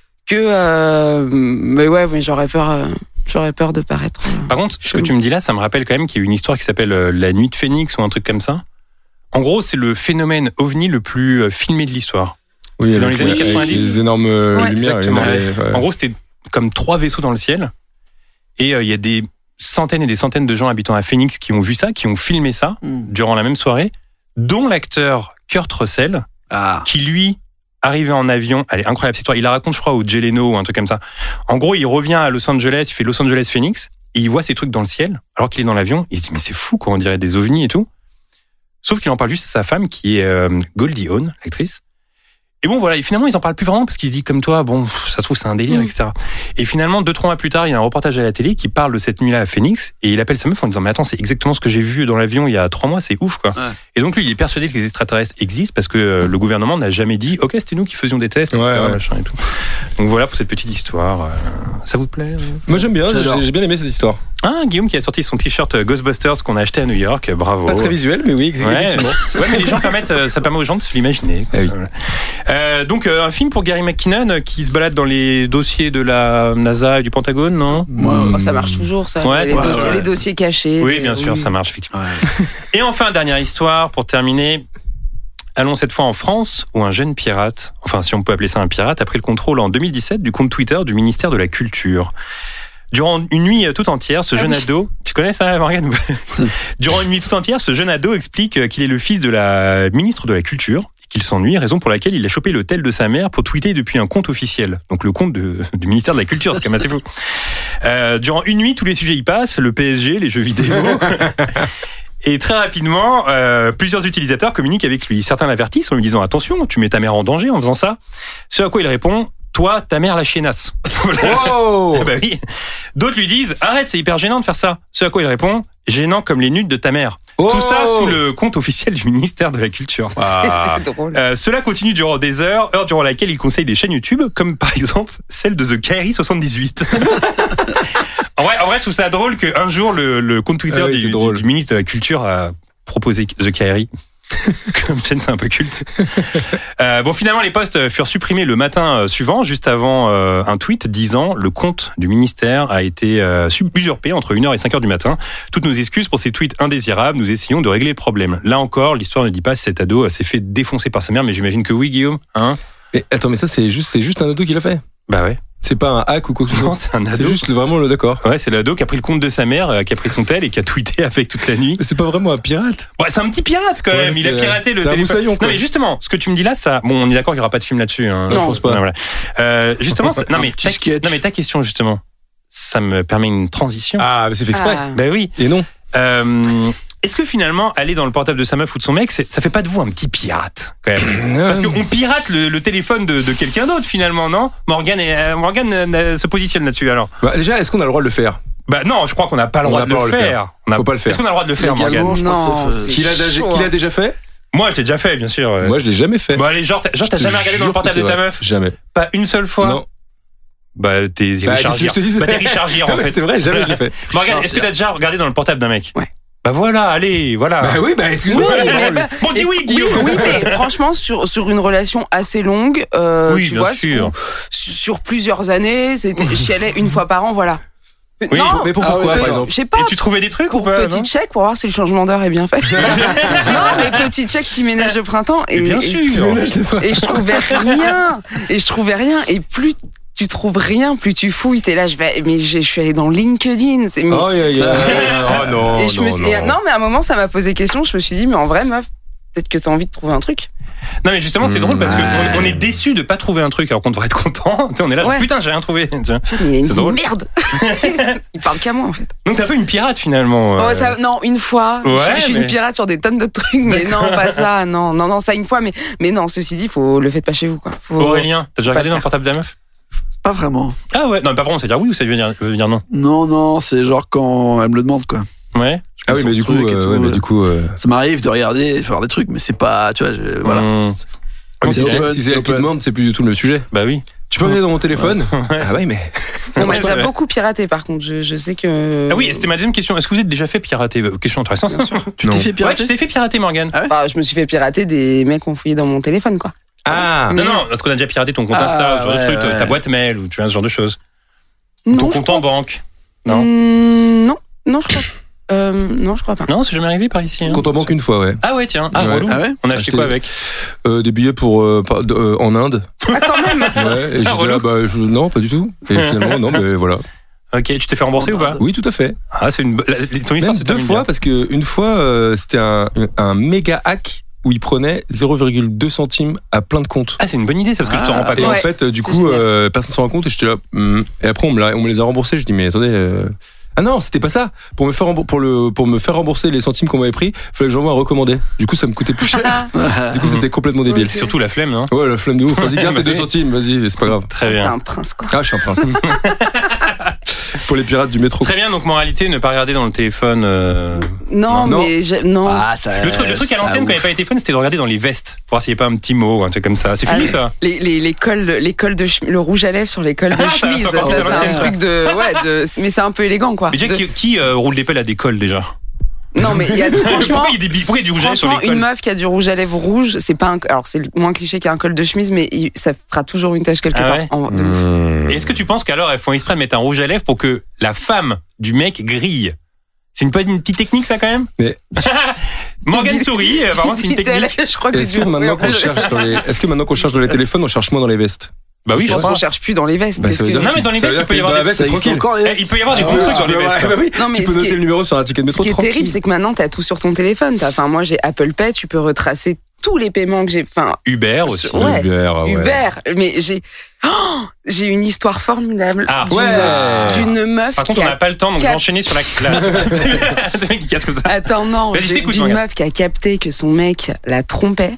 Mais j'aurais peur de paraître.
Par contre, ce que tu me dis là, ça me rappelle quand même qu'il y a une histoire qui s'appelle La Nuit de Phénix ou un truc comme ça. En gros, c'est le phénomène ovni le plus filmé de l'histoire.
Oui,
c'est dans les années 90.
Les énormes lumières.
En gros, c'était comme 3 vaisseaux dans le ciel. Et il y a des centaines et des centaines de gens habitant à Phoenix qui ont vu ça, qui ont filmé ça durant la même soirée, dont l'acteur Kurt Russell, qui lui arrivé en avion. Elle est incroyable cette histoire. Il la raconte, je crois, au Jay Leno ou un truc comme ça. En gros, il revient à Los Angeles, il fait Los Angeles Phoenix, et il voit ces trucs dans le ciel, alors qu'il est dans l'avion. Il se dit, mais c'est fou, quoi, on dirait des ovnis et tout. Sauf qu'il en parle juste à sa femme, qui est Goldie Hawn, l'actrice. Et bon, voilà, et finalement, ils en parlent plus vraiment parce qu'ils se disent comme toi, bon, ça se trouve, c'est un délire, etc. Et finalement, 2-3 mois plus tard, il y a un reportage à la télé qui parle de cette nuit-là à Phoenix et il appelle sa meuf en disant, mais attends, c'est exactement ce que j'ai vu dans l'avion il y a 3 mois, c'est ouf, quoi. Ouais. Et donc, lui, il est persuadé que les extraterrestres existent parce que le gouvernement n'a jamais dit, ok, c'était nous qui faisions des tests, etc., machin et tout. Donc voilà pour cette petite histoire. Ça vous plaît?
Moi, j'aime bien, j'ai bien aimé cette histoire.
Ah, Guillaume qui a sorti son t-shirt Ghostbusters qu'on a acheté à New York, bravo.
Pas très visuel, mais oui, effectivement.
Ouais, mais les gens ça permet aux gens de se l'imaginer. Oui. Donc, un film pour Gary McKinnon qui se balade dans les dossiers de la NASA et du Pentagone, non?
Ça marche toujours, ça.
Ouais,
les dossiers cachés.
Oui, bien sûr, ça marche, effectivement. Ouais. Et enfin, dernière histoire pour terminer. Allons cette fois en France, où un jeune pirate, enfin si on peut appeler ça un pirate, a pris le contrôle en 2017 du compte Twitter du ministère de la Culture. Durant une nuit tout entière, ce jeune ado... Tu connais ça, Morgane? Durant une nuit tout entière, ce jeune ado explique qu'il est le fils de la ministre de la Culture et qu'il s'ennuie, raison pour laquelle il a chopé le tel de sa mère pour tweeter depuis un compte officiel. Donc le compte du ministère de la Culture, c'est quand même assez fou. Durant une nuit, tous les sujets y passent, le PSG, les jeux vidéo... Et très rapidement, plusieurs utilisateurs communiquent avec lui. Certains l'avertissent en lui disant « Attention, tu mets ta mère en danger en faisant ça ». Ce à quoi il répond « toi, ta mère la chiennasse.
Oh
Bah oui. D'autres lui disent, arrête, c'est hyper gênant de faire ça. Ce à quoi il répond, gênant comme les nudes de ta mère. Tout ça sous le compte officiel du ministère de la Culture.
C'était drôle.
Cela continue durant des heures durant laquelle il conseille des chaînes YouTube, comme par exemple celle de The Kairi 78. En vrai, je trouve ça drôle qu'un jour, le compte Twitter du ministre de la Culture a proposé The Kairi. Comme chaîne, c'est un peu culte. Bon, finalement, les posts furent supprimés le matin suivant, juste avant un tweet disant le compte du ministère a été usurpé entre 1h et 5h du matin. Toutes nos excuses pour ces tweets indésirables. Nous essayons de régler le problème. Là encore, l'histoire ne dit pas si cet ado s'est fait défoncer par sa mère, mais j'imagine que oui, Guillaume. Hein?
Mais attends, mais ça, c'est juste un ado qui l'a fait.
Bah ouais.
C'est pas un hack ou quoi que ce soit.
Non, c'est un ado.
C'est juste vraiment le d'accord.
Ouais, c'est l'ado qui a pris le compte de sa mère, qui a pris son tel et qui a tweeté avec toute la nuit.
Mais c'est pas vraiment un pirate.
Ouais, c'est un petit pirate quand même. Il a piraté le téléphone.
Moussaillon,
non mais justement, ce que tu me dis là, ça. Bon, on est d'accord qu'il y aura pas de film là-dessus. Hein.
Non, je pense pas.
Non, voilà. Justement, non mais ta question justement, ça me permet une transition.
Ah, mais c'est fait exprès.
Bah oui.
Et non.
Est-ce que finalement, aller dans le portable de sa meuf ou de son mec, ça fait pas de vous un petit pirate quand même? Parce qu'on pirate le téléphone de quelqu'un d'autre finalement, non? Morgane se positionne là-dessus alors.
Bah, déjà, est-ce qu'on a le droit de le faire?
Bah non, je crois qu'on n'a pas le droit de le faire.
Faut pas le faire.
Est-ce qu'on a le droit de le faire, Morgane?
Non,
Qui l'a déjà fait?
Moi, je l'ai déjà fait, bien sûr.
Moi, je l'ai jamais fait.
Bon, allez, genre t'as jamais regardé dans le portable de ta meuf?
Jamais.
Pas une seule fois?
Non.
Bah, t'es Richard Gere. T'es Richard Gere, en fait.
C'est vrai, jamais je l'ai fait.
Morgane, est-ce que t'as déjà regardé dans le portable d'un mec?
Ouais.
Bah voilà, allez, voilà.
Bah oui, bah excuse-moi.
Oui,
bon, dis oui, Guillaume.
Oui, mais franchement, sur une relation assez longue,
oui,
tu vois, sur plusieurs années, j'y allais une fois par an, voilà.
Oui,
non,
mais pourquoi, par exemple?
Je sais pas.
Et tu trouvais des trucs
pour
ou pas?
Petit check pour voir si le changement d'heure est bien fait. Non, mais petit check, petit ménage de printemps. Et
bien sûr.
Et je trouvais rien. Et plus tu trouves rien, plus tu fouilles. T'es là, je suis allée dans LinkedIn.
Oh non.
Non, mais à un moment, ça m'a posé question. Je me suis dit, mais en vrai, meuf, peut-être que t'as envie de trouver un truc.
Non mais justement c'est drôle parce qu'on est déçu de pas trouver un truc alors qu'on devrait être content. On est là,
ouais.
Putain j'ai rien trouvé. Tiens.
Il a une vie merde. Il parle qu'à moi en fait.
Donc t'es un peu une pirate finalement.
Non, une fois.
Ouais,
je suis une pirate sur des tonnes de trucs, mais non pas ça. Non ça une fois, mais non ceci dit, le faites pas chez vous quoi.
Aurélien, t'as déjà regardé dans le portable de la meuf?
Pas vraiment.
Ah ouais, non pas vraiment, c'est dire oui ou ça veut dire non?
Non, c'est genre quand elle me le demande quoi.
Ouais.
Ah oui, mais du coup,
ça m'arrive de regarder, de faire des trucs, mais c'est pas, tu vois, voilà.
Si c'est elle qui demande, c'est plus du tout le sujet.
Bah oui.
Tu peux regarder dans mon téléphone? Ah oui, mais.
On m'a déjà beaucoup piraté par contre, je sais que.
Ah oui, c'était ma deuxième question. Est-ce que vous êtes déjà fait pirater? Question intéressante. Bien sûr.
Tu t'es fait pirater?
Ouais, tu t'es fait pirater, Morgane.
Ah ouais, je me suis fait pirater des mecs ont fouillé dans mon téléphone quoi.
Ah
non, parce qu'on a déjà piraté ton compte Insta, ce genre de truc, ta boîte mail ou tu vois ce genre de choses. Ton compte en banque. Non.
Non, je crois. Non, je crois pas.
Non, c'est jamais arrivé par ici. Hein.
Compte en banque une fois, ouais.
Ah ouais, tiens.
Relou.
Ah ouais. On a acheté quoi avec?
Des billets pour en Inde.
Ah quand même.
Ouais. Et j'étais là, non, pas du tout. Et finalement, non, mais voilà.
Ok, tu t'es fait rembourser ou pas?
Oui, tout à fait.
Ah, c'est ton histoire, c'est
2 fois parce que une fois, c'était un méga hack où il prenait 0,2 centimes à plein de comptes.
Ah, c'est une bonne idée, ça, parce que tu t'en rends pas compte.
Et en fait, du coup, personne s'en rend compte et j'étais là. Et après, on me les a remboursés. Je dis, mais attendez. Ah non, c'était pas ça. Pour me faire rembourser les centimes qu'on m'avait pris, fallait que j'envoie un recommandé. Du coup, ça me coûtait plus cher. Du coup, c'était complètement débile.
Okay. Surtout la flemme, non?
Ouais, la flemme de ouf. Vas-y, garde tes 2 centimes, vas-y, c'est pas grave.
Très bien.
T'es un prince, quoi.
Ah, je suis un prince. Pour les pirates du métro.
Très bien, donc moralité, ne pas regarder dans le téléphone.
Non.
Ah, le truc à l'ancienne, quand il n'y avait pas les téléphones, c'était de regarder dans les vestes pour voir s'il n'y avait pas un petit mot ou un truc comme ça. C'est fini ça.
Les cols le rouge à lèvres sur les cols de chemise, ça c'est un truc mais c'est un peu élégant quoi.
Mais déjà, qui roule des pelles à des cols déjà?
Non mais il y a franchement
pourquoi il y a du rouge à lèvres sur les cols?
Une meuf qui a du rouge à lèvres rouge, c'est pas alors c'est moins cliché qu'un col de chemise, mais ça fera toujours une tache quelque part. De ouf.
Et est-ce que tu penses qu'alors elles font exprès de mettre un rouge à lèvres pour que la femme du mec grille? C'est une petite technique ça quand même?
Mais
Morgane sourit, apparemment c'est une technique.
Je crois que
est-ce que maintenant qu'on cherche dans les téléphones, on cherche moins dans les vestes?
Bah oui,
je pense qu'on cherche plus dans les vestes.
Non mais dans les vestes, il peut y avoir il peut y avoir du bon truc dans les vestes.
Non mais
tu peux noter le numéro sur un ticket de métro.
Ce qui est terrible, c'est que maintenant t'as tout sur ton téléphone. Enfin moi j'ai Apple Pay, tu peux retracer tous les paiements que j'ai. Enfin
Uber aussi.
Ouais, Uber. Mais j'ai une histoire formidable d'une meuf.
Par contre, on n'a pas le temps, donc je vais enchaîner sur la. Le mec qui casse comme ça.
Attends, non. D'une meuf qui a capté que son mec la trompait.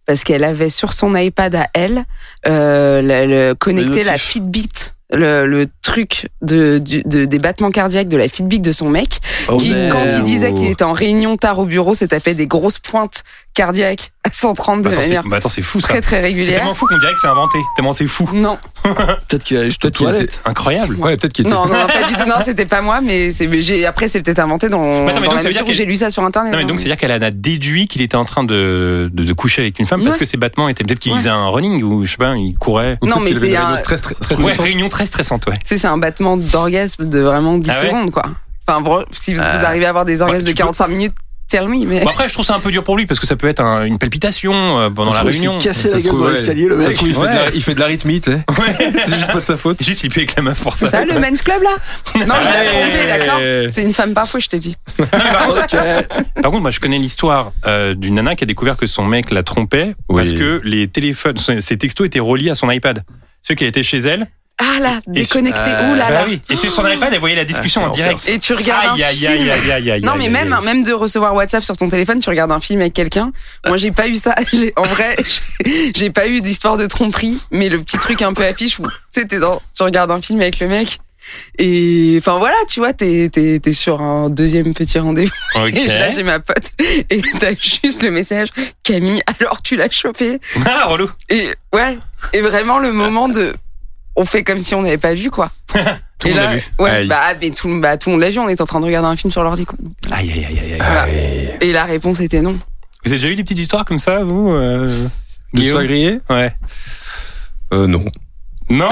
parce qu'elle avait sur son iPad à elle connecté la Fitbit. Le truc des battements cardiaques de la Fitbit de son mec, quand il disait qu'il était en réunion tard au bureau, s'est tapé des grosses pointes cardiaques à 130 de manière
c'est fou, ça.
très très régulière.
C'est tellement fou qu'on dirait que c'est inventé, tellement c'est fou.
Non.
Peut-être qu'il allait juste aux toilettes.
Incroyable.
Ouais, peut-être qu'il était.
Non, pas du tout. Non, c'était pas moi, mais après c'est peut-être inventé dans la mesure où j'ai lu ça sur internet.
Non, mais donc c'est-à-dire qu'elle en a déduit qu'il était en train de coucher avec une femme parce que ses battements étaient peut-être qu'il faisait un running ou je sais pas, il courait.
Non, mais c'est un
réunion très stressante, ouais.
C'est un battement d'orgasme de vraiment 10 secondes, quoi. Enfin, si vous arrivez à avoir des orgasmes de 45 minutes, tell me, mais.
Bon, après, je trouve ça un peu dur pour lui parce que ça peut être une palpitation pendant la réunion.
Il s'est cassé la gueule dans l'escalier, le mec.
Il fait de l'arythmie, tu sais. C'est juste pas de sa faute.
Juste, il peut avec la meuf pour ça.
Ça, le men's club, là? Non, il a trompé, d'accord? C'est une femme parfois, je te dis.
Par contre, moi, je connais l'histoire d'une nana qui a découvert que son mec la trompait parce que les téléphones, ses textos étaient reliés à son iPad. C'est qu'elle était chez elle.
Ah là, déconnecté. Ouh là là.
Oui. Et c'est sur son iPad, elle voyait la discussion en direct.
Et tu regardes un film. Non, mais même de recevoir WhatsApp sur ton téléphone, tu regardes un film avec quelqu'un. Moi, j'ai pas eu ça. En vrai, j'ai pas eu d'histoire de tromperie, mais le petit truc un peu affiche où, tu sais, tu regardes un film avec le mec. Et enfin voilà, tu vois, t'es sur un deuxième petit rendez-vous.
Okay.
Et là, j'ai ma pote et t'as juste le message Camille, alors tu l'as chopé.
Ah, relou.
Et ouais, et vraiment le moment de on fait comme si on n'avait pas vu, quoi.
Tout le monde l'a vu.
Ouais, mais tout le monde l'a vu, on est en train de regarder un film sur l'ordi, quoi.
Aïe.
Voilà. Et la réponse était non.
Vous avez déjà eu des petites histoires comme ça, vous
De se faire griller ?
Ouais.
Non.
Non.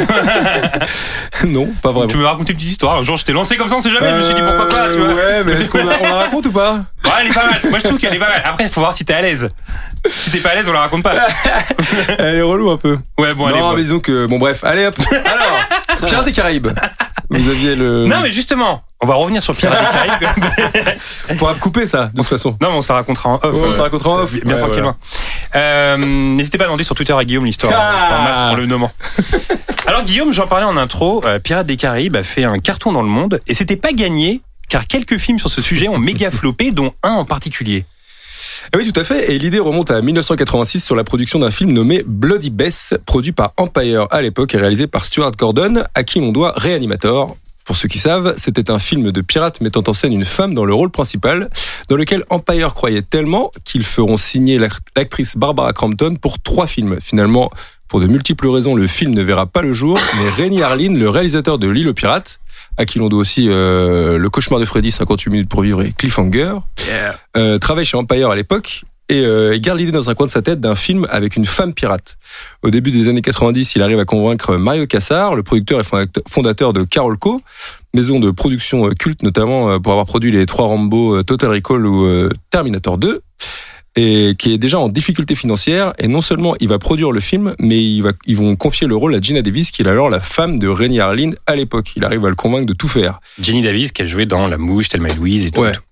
Non, pas vraiment.
Tu me raconter une petite histoire. Un jour, je t'ai lancé comme ça, on sait jamais. Je me suis dit pourquoi pas, tu vois.
Ouais, mais est-ce qu'on la raconte ou pas ?
Ouais, elle est pas mal. Moi, je trouve qu'elle est pas mal. Après, il faut voir si t'es à l'aise. Si t'es pas à l'aise, on la raconte pas.
Elle est relou un peu.
Ouais, bon, allez.
Non, mais disons que, bon, bref, allez hop. Alors, Pirates des Caraïbes. Vous aviez le.
Non, mais justement, on va revenir sur Pirates des Caraïbes.
On pourra couper ça, de toute façon.
Non, mais on se la racontera en off.
On se la racontera en off.
Bien tranquillement. Voilà. N'hésitez pas à demander sur Twitter à Guillaume l'histoire. En masse, en le nommant. Alors, Guillaume, j'en parlais en intro. Pirates des Caraïbes a fait un carton dans le monde et c'était pas gagné car quelques films sur ce sujet ont méga floppé, dont un en particulier.
Ah oui, tout à fait. Et l'idée remonte à 1986 sur la production d'un film nommé Bloody Bess, produit par Empire à l'époque et réalisé par Stuart Gordon, à qui l'on doit Reanimator. Pour ceux qui savent, c'était un film de pirates mettant en scène une femme dans le rôle principal, dans lequel Empire croyait tellement qu'ils feront signer l'actrice Barbara Crampton pour 3 films. Finalement, pour de multiples raisons, le film ne verra pas le jour, mais Renny Harlin, le réalisateur de L'île aux pirates, à qui l'on doit aussi Le cauchemar de Freddy, 58 minutes pour vivre et Cliffhanger, travaille chez Empire à l'époque et garde l'idée dans un coin de sa tête d'un film avec une femme pirate. Au début des années 90, il arrive à convaincre Mario Kassar, le producteur et fondateur de Carolco, maison de production culte notamment pour avoir produit les 3 Rambo, Total Recall ou Terminator 2, et qui est déjà en difficulté financière. Et non seulement il va produire le film, mais ils vont confier le rôle à Geena Davis, qui est alors la femme de Renny Harlin à l'époque. Il arrive à le convaincre de tout faire.
Geena Davis qui a joué dans La Mouche, Thelma et Louise et tout.
Ouais.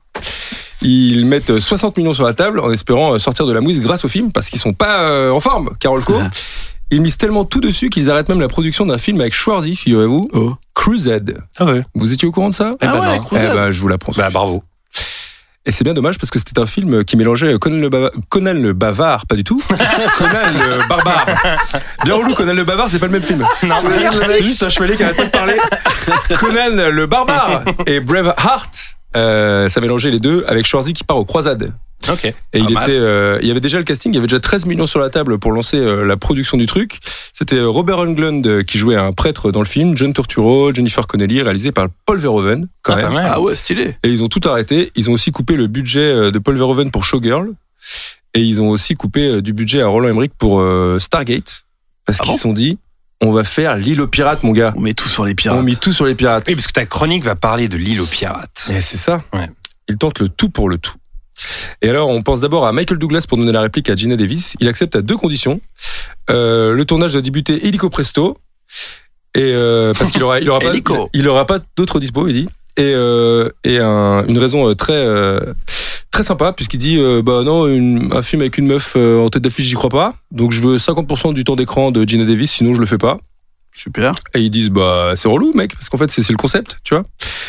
Ils mettent 60 millions sur la table en espérant sortir de la mouise grâce au film, parce qu'ils sont pas en forme, Carolco. Ils misent tellement tout dessus qu'ils arrêtent même la production d'un film avec Schwarzy, figurez-vous. Crusade.
Ah ouais.
Vous étiez au courant de ça ?
Non.
Crusade. Je vous l'apprends.
Bravo.
Et c'est bien dommage parce que c'était un film qui mélangeait Conan le Bavard, pas du tout. Conan le Barbare. Bien relou, Conan le Bavard, c'est pas le même film.
Non,
c'est juste un chevalier qui arrête pas de parler. Conan le Barbare et Braveheart. Ça mélangeait les deux avec Schwarzy qui part aux croisades.
Ok.
Et il y avait déjà le casting, il y avait déjà 13 millions sur la table pour lancer la production du truc. C'était Robert Englund qui jouait un prêtre dans le film, John Turturro, Jennifer Connelly, réalisé par Paul Verhoeven, quand même.
Pas mal.
Ah ouais, stylé.
Et ils ont tout arrêté. Ils ont aussi coupé le budget de Paul Verhoeven pour Showgirl. Et ils ont aussi coupé du budget à Roland Emmerich pour Stargate. Parce qu'ils se sont dit, on va faire L'île aux pirates, mon gars.
On met tout sur les pirates.
On met tout sur les pirates.
Oui, parce que ta chronique va parler de L'île aux pirates.
Et c'est ça.
Ouais.
Ils tentent le tout pour le tout. Et alors, on pense d'abord à Michael Douglas pour donner la réplique à Geena Davis. Il accepte à 2 conditions. Le tournage doit débuter illico presto. Et parce qu'il aura pas d'autres dispo, il dit. Et une raison très sympa, puisqu'il dit non, un film avec une meuf en tête d'affiche, j'y crois pas. Donc je veux 50% du temps d'écran de Geena Davis, sinon je le fais pas.
Super.
Et ils disent c'est relou, mec, parce qu'en fait c'est le concept, tu vois.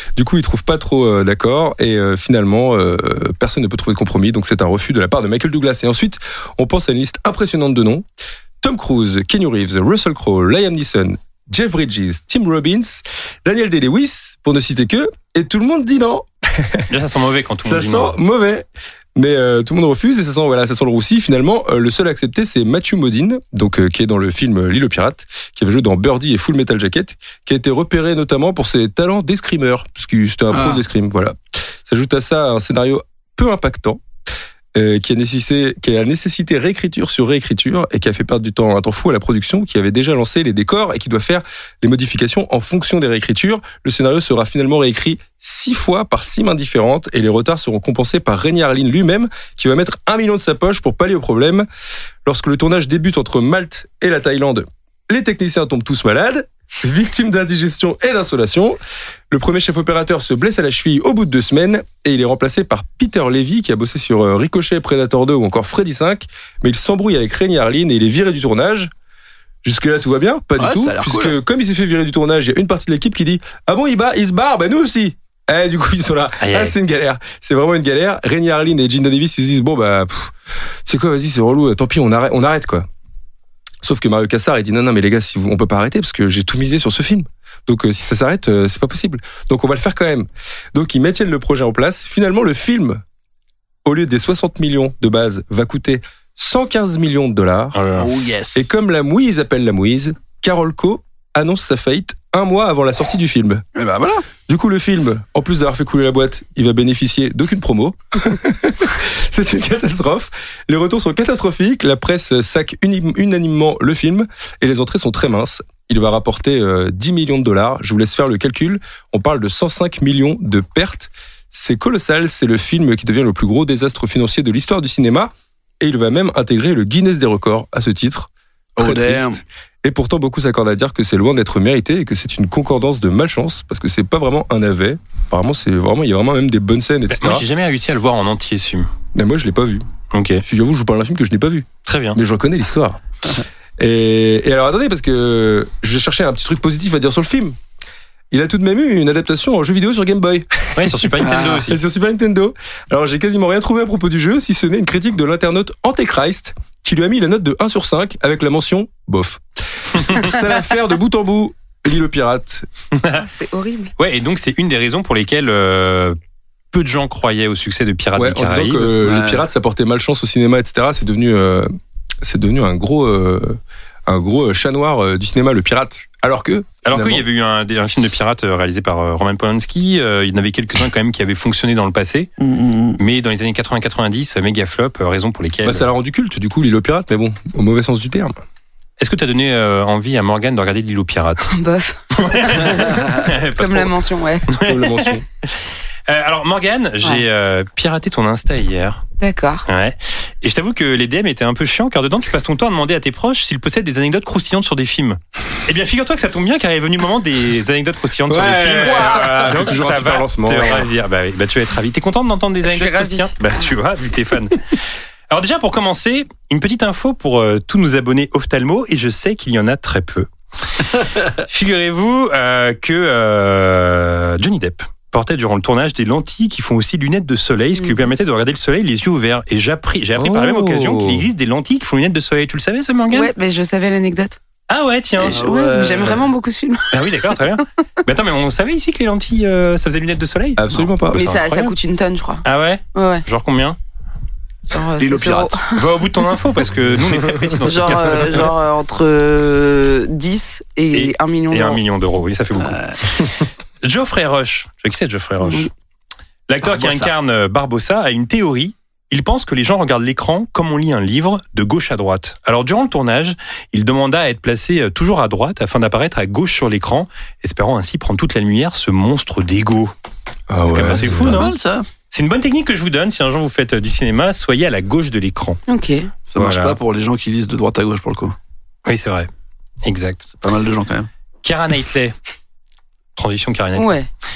Du coup, ils trouvent pas trop d'accord et finalement, personne ne peut trouver de compromis. Donc, c'est un refus de la part de Michael Douglas. Et ensuite, on pense à une liste impressionnante de noms. Tom Cruise, Keanu Reeves, Russell Crowe, Liam Neeson, Jeff Bridges, Tim Robbins, Daniel Day-Lewis, pour ne citer que. Et tout le monde dit non.
Déjà, ça sent mauvais quand tout le monde dit non.
Ça sent mauvais. Mais tout le monde refuse et ça sent le roussi. Finalement, le seul accepté, c'est Matthew Modine, donc qui est dans le film L'île aux pirates, qui avait joué dans Birdie et Full Metal Jacket, qui a été repéré notamment pour ses talents d'escrimeur, parce que c'était un pro d'escrime. Voilà. S'ajoute à ça un scénario peu impactant, qui a nécessité réécriture sur réécriture et qui a fait perdre du temps, un temps fou à la production, qui avait déjà lancé les décors et qui doit faire les modifications en fonction des réécritures. Le scénario sera finalement réécrit 6 fois par 6 mains différentes et les retards seront compensés par Renny Harlin lui-même, qui va mettre 1 million de sa poche pour pallier au problème. Lorsque le tournage débute entre Malte et la Thaïlande, les techniciens tombent tous malades, victimes d'indigestion et d'insolation. Le premier chef opérateur se blesse à la cheville au bout de 2 semaines et il est remplacé par Peter Levy qui a bossé sur Ricochet, Predator 2 ou encore Freddy 5, mais il s'embrouille avec Renny Harlin et il est viré du tournage. Jusque-là, tout va bien? Pas du tout, puisque cool. Comme il s'est fait virer du tournage, il y a une partie de l'équipe qui dit « Ah bon, il se barre? Bah nous aussi !» Du coup, ils sont là. C'est une galère. C'est vraiment une galère. Renny Harlin et Gina Davis, ils se disent « Bon, bah, c'est quoi, vas-y, c'est relou, tant pis, on arrête, quoi. » Sauf que Mario Kassar, il dit non, mais les gars, on peut pas arrêter parce que j'ai tout misé sur ce film. Donc, si ça s'arrête, c'est pas possible. Donc, on va le faire quand même. Donc, ils maintiennent le projet en place. Finalement, le film, au lieu des 60 millions de base, va coûter 115 millions de dollars.
Oh yes.
Et comme la mouise appelle la mouise, Carolco annonce sa faillite 1 mois avant la sortie du film.
Et ben voilà.
Du coup, le film, en plus d'avoir fait couler la boîte, il va bénéficier d'aucune promo. C'est une catastrophe. Les retours sont catastrophiques. La presse sac unanimement le film et les entrées sont très minces. Il va rapporter 10 millions de dollars. Je vous laisse faire le calcul. On parle de 105 millions de pertes. C'est colossal. C'est le film qui devient le plus gros désastre financier de l'histoire du cinéma. Et il va même intégrer le Guinness des records à ce titre. Très triste. Et pourtant, beaucoup s'accordent à dire que c'est loin d'être mérité et que c'est une concordance de malchance parce que c'est pas vraiment un navet. Apparemment, il y a vraiment même des bonnes scènes, etc.
Moi, j'ai jamais réussi à le voir en entier, ce film.
Mais moi, je l'ai pas vu.
Ok.
Figurez-vous, je vous parle d'un film que je n'ai pas vu.
Très bien.
Mais je reconnais l'histoire. et alors, attendez, parce que je cherchais un petit truc positif à dire sur le film. Il a tout de même eu une adaptation en jeu vidéo sur Game Boy.
Oui, sur Super Nintendo aussi.
Et sur Super Nintendo. Alors, j'ai quasiment rien trouvé à propos du jeu, si ce n'est une critique de l'internaute Antéchrist, qui lui a mis la note de 1 sur 5 avec la mention bof. C'est l'affaire de bout en bout, L'île aux pirates.
C'est horrible.
Ouais, et donc c'est une des raisons pour lesquelles peu de gens croyaient au succès de Pirates des Caraïbes.
En disant que les pirates, ça portait malchance au cinéma, etc. C'est devenu un gros chat noir du cinéma, le pirate. Alors qu'il
y avait eu un film de pirates réalisé par Roman Polanski, il y en avait quelques-uns quand même qui avaient fonctionné dans le passé, mais dans les années 80-90, méga flop, raison pour lesquelles...
ça l'a rendu culte, du coup, L'île aux pirates, mais bon, au mauvais sens du terme.
Est-ce que t'as donné envie à Morgane de regarder L'île aux pirates?
Bof. Comme la mention, ouais.
Comme la mention.
Alors Morgane, j'ai piraté ton Insta hier.
D'accord.
Ouais. Et je t'avoue que les DM étaient un peu chiants car dedans tu passes ton temps à demander à tes proches s'ils possèdent des anecdotes croustillantes sur des films. Eh bien figure-toi que ça tombe bien car il est venu le moment des anecdotes croustillantes sur les films.
Donc c'est toujours un super lancement.
Te ravir. Bah tu vas être ravi. T'es content d'entendre des anecdotes croustillantes? Bah tu vois, vu que t'es fan. Alors déjà pour commencer, une petite info pour tous nos abonnés ophtalmo et je sais qu'il y en a très peu. Figurez-vous que Johnny Depp portait durant le tournage des lentilles qui font aussi lunettes de soleil, ce qui lui permettait de regarder le soleil les yeux ouverts. Et j'ai appris par la même occasion qu'il existe des lentilles qui font lunettes de soleil. Tu le savais, ça, Morgane?
Ouais, mais je savais l'anecdote.
Ah ouais, tiens.
J'aime vraiment beaucoup ce film.
Ah oui, d'accord, très bien. Mais attends, mais on savait ici que les lentilles, ça faisait lunettes de soleil?
Absolument pas.
Mais ça coûte une tonne, je crois.
Ah ouais?
Ouais.
Genre combien?
L'île aux pirates.
Va au bout de ton info parce que nous on est très précis dans ce podcast.
Genre entre 10 et 1 million d'euros.
Et 1 million d'euros, oui, ça fait beaucoup. Geoffrey Rush. Tu vois qui c'est, Geoffrey Rush? Oui. L'acteur qui incarne Barbossa a une théorie. Il pense que les gens regardent l'écran comme on lit un livre, de gauche à droite. Alors durant le tournage, il demanda à être placé toujours à droite afin d'apparaître à gauche sur l'écran, espérant ainsi prendre toute la lumière, ce monstre d'ego.
Ah
c'est quand même assez fou, non?
Mal, ça.
C'est une bonne technique que je vous donne. Si un jour vous faites du cinéma, soyez à la gauche de l'écran.
Ok.
Ça marche pas pour les gens qui lisent de droite à gauche pour le coup.
Oui, c'est vrai. Exact.
C'est pas mal de gens quand même.
Keira Knightley. Transition Keira Knightley.
Ouais.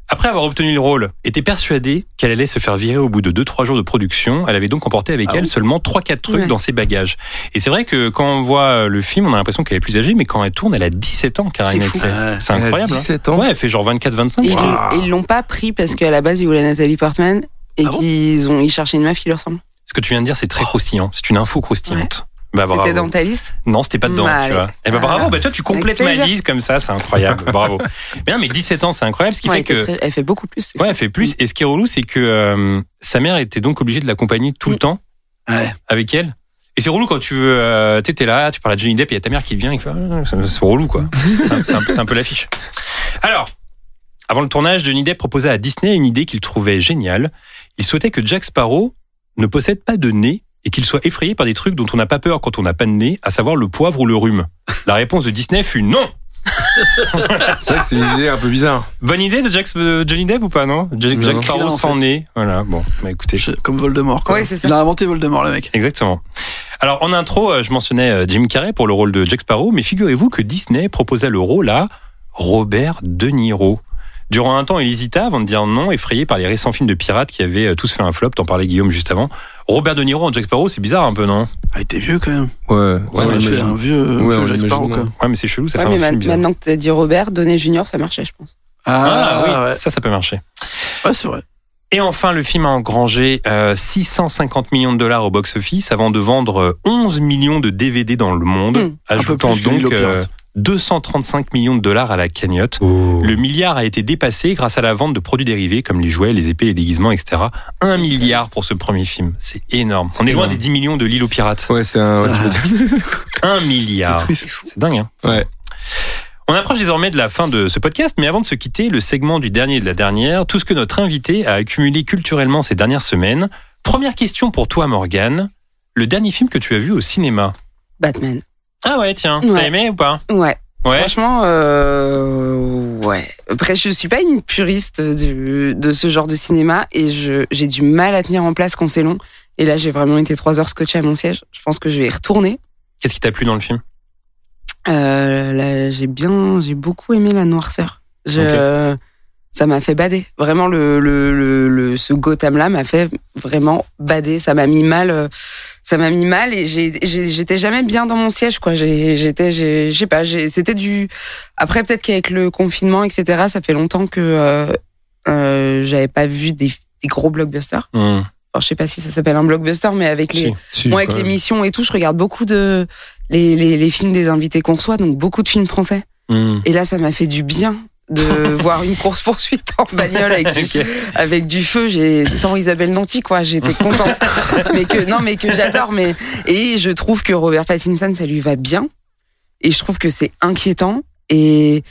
Après avoir obtenu le rôle, était persuadée qu'elle allait se faire virer au bout de 2-3 jours de production. Elle avait donc emporté avec elle seulement 3-4 trucs dans ses bagages. Et c'est vrai que quand on voit le film, on a l'impression qu'elle est plus âgée, mais quand elle tourne, elle a 17 ans, Karen Knightley. C'est incroyable. Elle a
17 ans.
Ouais, elle fait genre 24-25.
Et ils l'ont pas pris parce qu'à la base, ils voulaient Nathalie Portman et ils cherchaient une meuf qui lui ressemble.
Ce que tu viens de dire, c'est très croustillant. C'est une info croustillante. Bah,
c'était dans ta liste ?
Non, c'était pas dedans, tu vois. Et bravo, toi tu complètes ma liste comme ça, c'est incroyable. Bravo. Mais non, mais 17 ans, c'est incroyable, ce qui fait que
elle fait beaucoup plus.
Ouais, elle fait plus. Et ce qui est relou, c'est que sa mère était donc obligée de l'accompagner tout le temps avec elle. Et c'est relou quand tu veux, t'es là, tu parles à Johnny Depp, et il y a ta mère qui vient, et fait, c'est relou quoi. C'est un peu l'affiche. Alors, avant le tournage, Johnny Depp proposait à Disney une idée qu'il trouvait géniale. Il souhaitait que Jack Sparrow ne possède pas de nez et qu'il soit effrayé par des trucs dont on n'a pas peur quand on n'a pas de nez, à savoir le poivre ou le rhume. La réponse de Disney fut non.
C'est vrai que c'est une idée un peu bizarre.
Bonne idée de Johnny Depp ou pas, non? Jack Sparrow sans nez. Voilà, bon, bah écoutez.
Comme Voldemort, quoi.
Oui, c'est ça.
Il a inventé Voldemort, le mec.
Exactement. Alors, en intro, je mentionnais Jim Carrey pour le rôle de Jack Sparrow, mais figurez-vous que Disney proposait le rôle à Robert De Niro. Durant un temps, il hésita avant de dire non, effrayé par les récents films de pirates qui avaient tous fait un flop. T'en parlais, Guillaume, juste avant. Robert De Niro en Jack Sparrow, c'est bizarre un peu, non?
Ah, il était vieux quand même.
Ouais,
il fait un vieux Jack Sparrow, quoi.
Ouais, mais c'est chelou, ça fait un film bizarre.
Maintenant que t'as dit Robert, Downey Jr., ça marchait, je pense.
Ah oui,
ouais.
ça peut marcher.
Ouais, c'est vrai.
Et enfin, le film a engrangé 650 millions de dollars au box-office avant de vendre 11 millions de DVD dans le monde, ajoutant donc 235 millions de dollars à la cagnotte. Le milliard a été dépassé grâce à la vente de produits dérivés comme les jouets, les épées, les déguisements, etc. 1 milliard pour ce premier film. C'est énorme. On est loin des 10 millions de L'Île aux Pirates.
Ouais, c'est un...
1 milliard.
C'est triste.
C'est dingue, hein.
Ouais.
On approche désormais de la fin de ce podcast, mais avant de se quitter, le segment du dernier et de la dernière, tout ce que notre invité a accumulé culturellement ces dernières semaines. Première question pour toi, Morgane. Le dernier film que tu as vu au cinéma?
Batman.
Ah ouais, tiens. T'as aimé ou pas?
Ouais. Franchement, ouais. Après, je suis pas une puriste de ce genre de cinéma et j'ai du mal à tenir en place quand c'est long. Et là, j'ai vraiment été 3 heures scotché à mon siège. Je pense que je vais y retourner.
Qu'est-ce qui t'a plu dans le film?
Là, j'ai beaucoup aimé la noirceur. Ça m'a fait bader. Vraiment, ce Gotham-là m'a fait vraiment bader. Ça m'a mis mal et j'étais jamais bien dans mon siège, quoi. Je sais pas, c'était après, peut-être qu'avec le confinement, etc., ça fait longtemps que, j'avais pas vu des gros blockbusters. Alors, je sais pas si ça s'appelle un blockbuster, mais avec moi, avec les missions et tout, je regarde beaucoup les films des invités qu'on reçoit, donc beaucoup de films français. Et là, ça m'a fait du bien de voir une course-poursuite en bagnole avec du feu. Sans Isabelle Nanty, quoi. J'étais contente. mais que j'adore. Et je trouve que Robert Pattinson, ça lui va bien. Et je trouve que c'est inquiétant. Et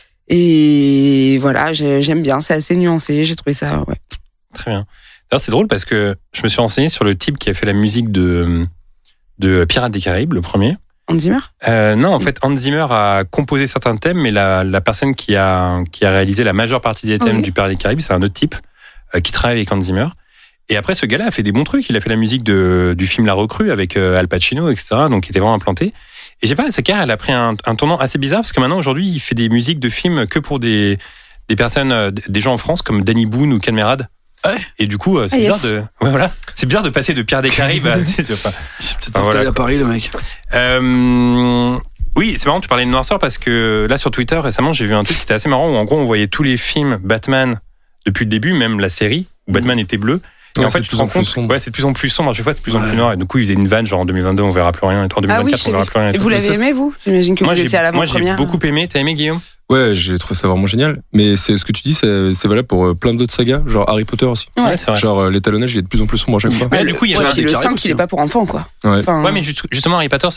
voilà, j'aime bien. C'est assez nuancé. J'ai trouvé ça, ouais.
Très bien. Alors, c'est drôle parce que je me suis renseigné sur le type qui a fait la musique de Pirates des Caraïbes, le premier.
Hans Zimmer?
Non, en fait, Hans Zimmer a composé certains thèmes, mais la personne qui a réalisé la majeure partie des thèmes du Pirates des Caraïbes, c'est un autre type qui travaille avec Hans Zimmer. Et après, ce gars-là a fait des bons trucs. Il a fait la musique du film La Recrue avec Al Pacino, etc. Donc, il était vraiment implanté. Et je sais pas, sa carrière, elle a pris un tournant assez bizarre parce que maintenant, aujourd'hui, il fait des musiques de films que pour des personnes, des gens en France comme Danny Boone ou Ken Merad.
Ouais.
Et du coup, c'est bizarre c'est bizarre de passer de Pirates des Caraïbes à,
j'ai peut-être installé à Paris, le mec.
Oui, c'est marrant, tu parlais de noirceur parce que là, sur Twitter, récemment, j'ai vu un truc qui était assez marrant où en gros, on voyait tous les films Batman depuis le début, même la série où Batman était bleu. Et en fait, tu te rends compte, c'est de plus en plus sombre. À chaque fois, c'est de plus en plus noir. Et du coup, ils faisaient une vanne, genre en 2022, on verra plus rien. En 2024, on verra plus rien.
Et vous l'avez aimé, vous? J'imagine que vous étiez à l'avant-première.
Moi, j'ai beaucoup aimé. T'as aimé, Guillaume?
Ouais, j'ai trouvé ça vraiment génial. Mais c'est ce que tu dis, c'est valable pour plein d'autres sagas, genre Harry Potter aussi.
Ouais, c'est
vrai. Genre l'étalonnage, il est de plus en plus sombre à chaque fois.
Mais du coup, il y a
le 5, il est pas pour enfants, quoi.
Ouais,
mais justement, Harry Potter,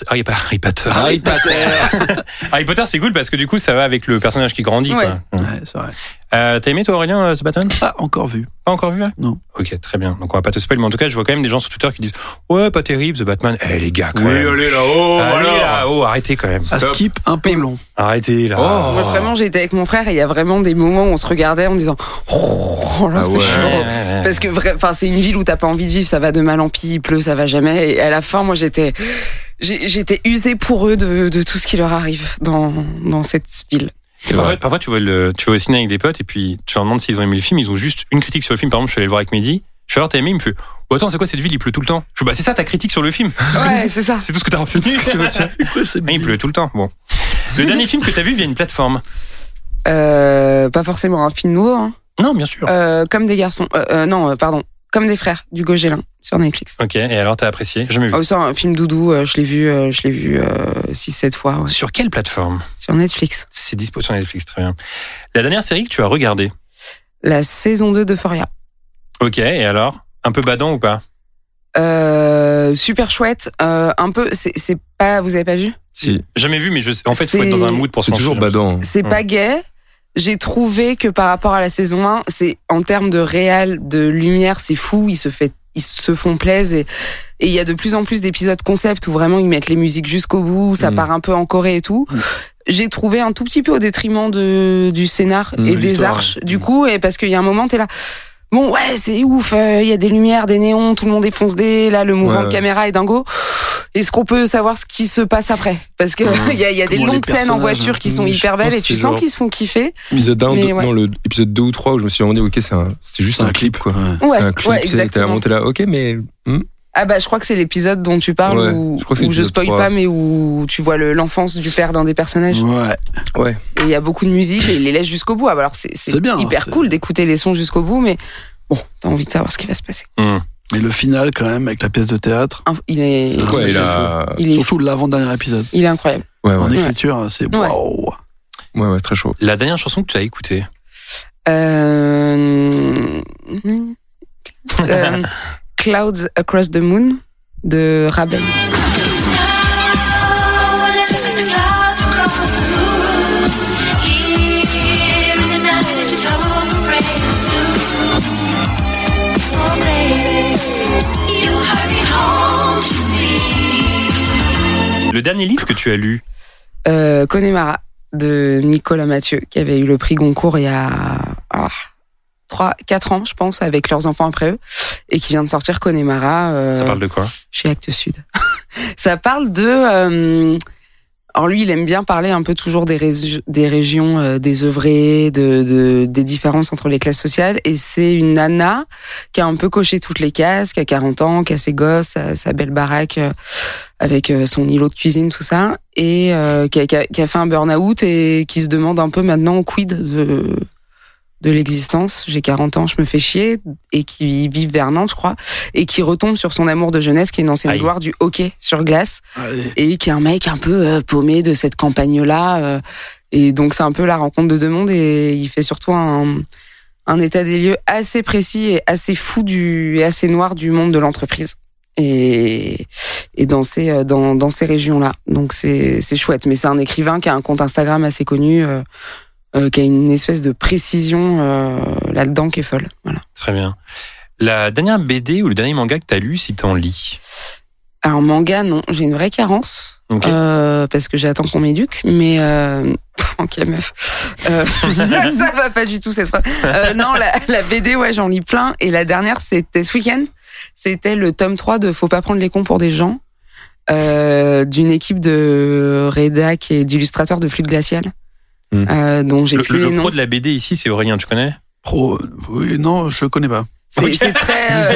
Harry Potter, c'est cool parce que du coup, ça va avec le personnage qui grandit, quoi.
Ouais, c'est vrai.
T'as aimé, toi, Aurélien, ce Batman?
Pas encore vu.
Pas encore vu, là?
Non.
Ok, très bien. Donc, on va pas te spoiler, mais en tout cas, je vois quand même des gens sur Twitter qui disent ouais, pas terrible, The Batman. Les gars, quand même.
allez là-haut.
Arrêtez quand même.
À skip un peu long.
Arrêtez, là.
Moi, vraiment, j'ai été avec mon frère et il y a vraiment des moments où on se regardait en disant oh là, c'est chaud. Parce que, c'est une ville où t'as pas envie de vivre, ça va de mal en pis, il pleut, ça va jamais. Et à la fin, moi, j'étais usée pour eux de tout ce qui leur arrive dans cette ville.
Parfois, tu vas au ciné avec des potes et puis tu leur demandes s'ils ont aimé le film. Ils ont juste une critique sur le film. Par exemple, je suis allé le voir avec Mehdi. Je suis alors, t'as aimé? Il me fait, oh, attends, c'est quoi cette ville? Il pleut tout le temps. Je dis, bah, c'est ça ta critique sur le film.
Ouais, c'est ça.
C'est tout ce que t'as retenu. Il pleut tout le temps. Bon. Le dernier film que t'as vu via une plateforme?
Pas forcément un film nouveau. Hein.
Non, bien sûr.
Comme des garçons. Comme des frères du Gauguin sur Netflix.
Ok, et alors t'as apprécié? Jamais vu.
C'est un film doudou, je l'ai vu 6-7 fois. Ouais.
Sur quelle plateforme?
Sur Netflix.
C'est dispo sur Netflix, très bien. La dernière série que tu as regardée?
La saison 2 d'Euphoria.
Ok, et alors? Un peu badant ou pas?
Super chouette. Un peu, c'est pas, vous avez pas vu?
Si.
Jamais vu, mais il faut être dans un mood pour se
C'est toujours badant.
C'est pas gay. J'ai trouvé que par rapport à la saison 1, c'est en termes de réal, de lumière, c'est fou. Ils se font plaisir et il y a de plus en plus d'épisodes concept où vraiment ils mettent les musiques jusqu'au bout. Ça part un peu en Corée et tout. J'ai trouvé un tout petit peu au détriment du scénar et des arches. Du coup, et parce qu'il y a un moment, t'es là. Bon, ouais, c'est ouf. Il y a des lumières, des néons, tout le monde est foncé. Là, le mouvement de caméra est dingo. Est-ce qu'on peut savoir ce qui se passe après? Parce que il y a des longues scènes en voiture qui sont hyper belles et tu sens qu'ils se font kiffer.
Épisode 1, l'épisode 2 ou 3 où je me suis demandé, ok, c'est juste un clip, quoi.
Ouais,
c'est un clip,
exactement.
T'es monté là, ok, mais.
Ah bah je crois que c'est l'épisode dont tu parles où je spoil
3.
pas mais où tu vois l'enfance du père d'un des personnages.
Ouais.
Et il y a beaucoup de musique et il les laisse jusqu'au bout. Alors c'est bien, hyper cool d'écouter les sons jusqu'au bout, mais bon, t'as envie de savoir ce qui va se passer.
Mais le final quand même avec la pièce de théâtre.
Il est
surtout l'avant-dernier épisode.
Il est incroyable.
Ouais.
En écriture, c'est waouh.
Ouais, c'est très chaud.
La dernière chanson que tu as écoutée?
Clouds Across the Moon de Ravel.
Le dernier livre que tu as lu?
Connemara de Nicolas Mathieu, qui avait eu le prix Goncourt il y a 3-4 ans, je pense, avec leurs enfants après eux, et qui vient de sortir Connemara.
Ça parle de quoi?
Chez Actes Sud. Ça parle de... alors lui, il aime bien parler un peu toujours des régions désœuvrées, des différences entre les classes sociales. Et c'est une nana qui a un peu coché toutes les cases, qui a 40 ans, qui a ses gosses, sa belle baraque avec son îlot de cuisine, tout ça, et qui a fait un burn-out et qui se demande un peu maintenant quid de l'existence. J'ai 40 ans, je me fais chier, et qui vit vers Nantes, je crois, et qui retombe sur son amour de jeunesse, qui est une ancienne gloire du hockey sur glace, et qui est un mec un peu paumé de cette campagne-là. Et donc c'est un peu la rencontre de deux mondes, et il fait surtout un état des lieux assez précis et assez fou et assez noir du monde de l'entreprise. Et dans ces régions-là. Donc c'est chouette. Mais c'est un écrivain qui a un compte Instagram assez connu, qui a une espèce de précision là-dedans qui est folle. Voilà.
Très bien. La dernière BD ou le dernier manga que t'as lu, si t'en lis?
Alors manga, non. J'ai une vraie carence. Okay. Parce que j'attends qu'on m'éduque. Mais... ok, meuf. Ça va pas du tout cette fois. Non, la BD, ouais, j'en lis plein. Et la dernière, c'était ce week-end. C'était le tome 3 de Faut pas prendre les cons pour des gens, d'une équipe de rédac et d'illustrateurs de Flûte glaciale, dont j'ai plus les noms.
Le pro de la BD ici, c'est Aurélien, tu connais?
Pro, oui, non, je connais pas.
C'est très...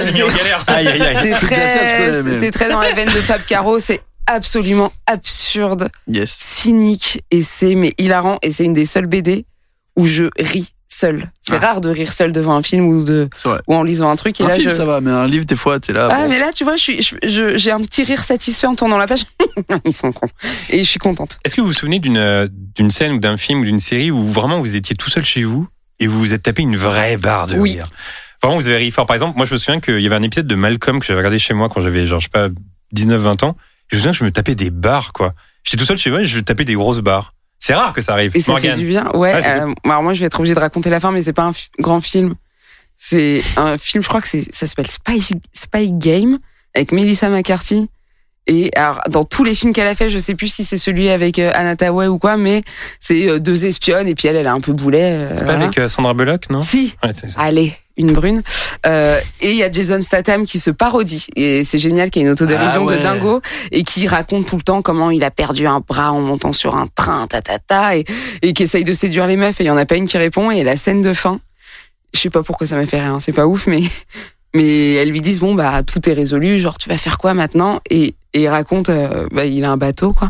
c'est très dans la veine de Fab Caro, c'est absolument absurde, cynique, et mais hilarant, et c'est une des seules BD où je ris seul. C'est rare de rire seul devant un film ou en lisant un truc. Et
un
là,
film, ça va, mais un livre, des fois, t'es là.
Ah, bon. Mais là, tu vois, j'ai un petit rire satisfait en tournant la page. Ils sont cons. Et je suis contente.
Est-ce que vous vous souvenez d'une scène ou d'un film ou d'une série où vraiment vous étiez tout seul chez vous et vous vous êtes tapé une vraie barre de rire? Vraiment, vous avez ri fort. Par exemple, moi, je me souviens qu'il y avait un épisode de Malcolm que j'avais regardé chez moi quand j'avais, genre, je sais pas, 19-20 ans. Je me souviens que je me tapais des barres, quoi. J'étais tout seul chez moi et je tapais des grosses barres. C'est rare que ça arrive.
Et ça fait du bien. Ouais. Alors moi, je vais être obligée de raconter la fin, mais c'est pas un grand film. C'est un film, je crois que ça s'appelle Spy Game, avec Melissa McCarthy. Et alors, dans tous les films qu'elle a fait, je sais plus si c'est celui avec Anna Tawai ou quoi, mais c'est deux espionnes et puis elle a un peu boulet.
C'est pas avec Sandra Bullock, non?
Si.
Ouais, c'est ça.
Allez. une brune. Et il y a Jason Statham qui se parodie. Et c'est génial, qu'il y a une autodérision de dingo et qui raconte tout le temps comment il a perdu un bras en montant sur un train, et qui essaye de séduire les meufs. Et il y en a pas une qui répond. Et la scène de fin, je sais pas pourquoi ça m'a fait rire, c'est pas ouf, mais elles lui disent tout est résolu, genre tu vas faire quoi maintenant? Et il raconte, il a un bateau quoi.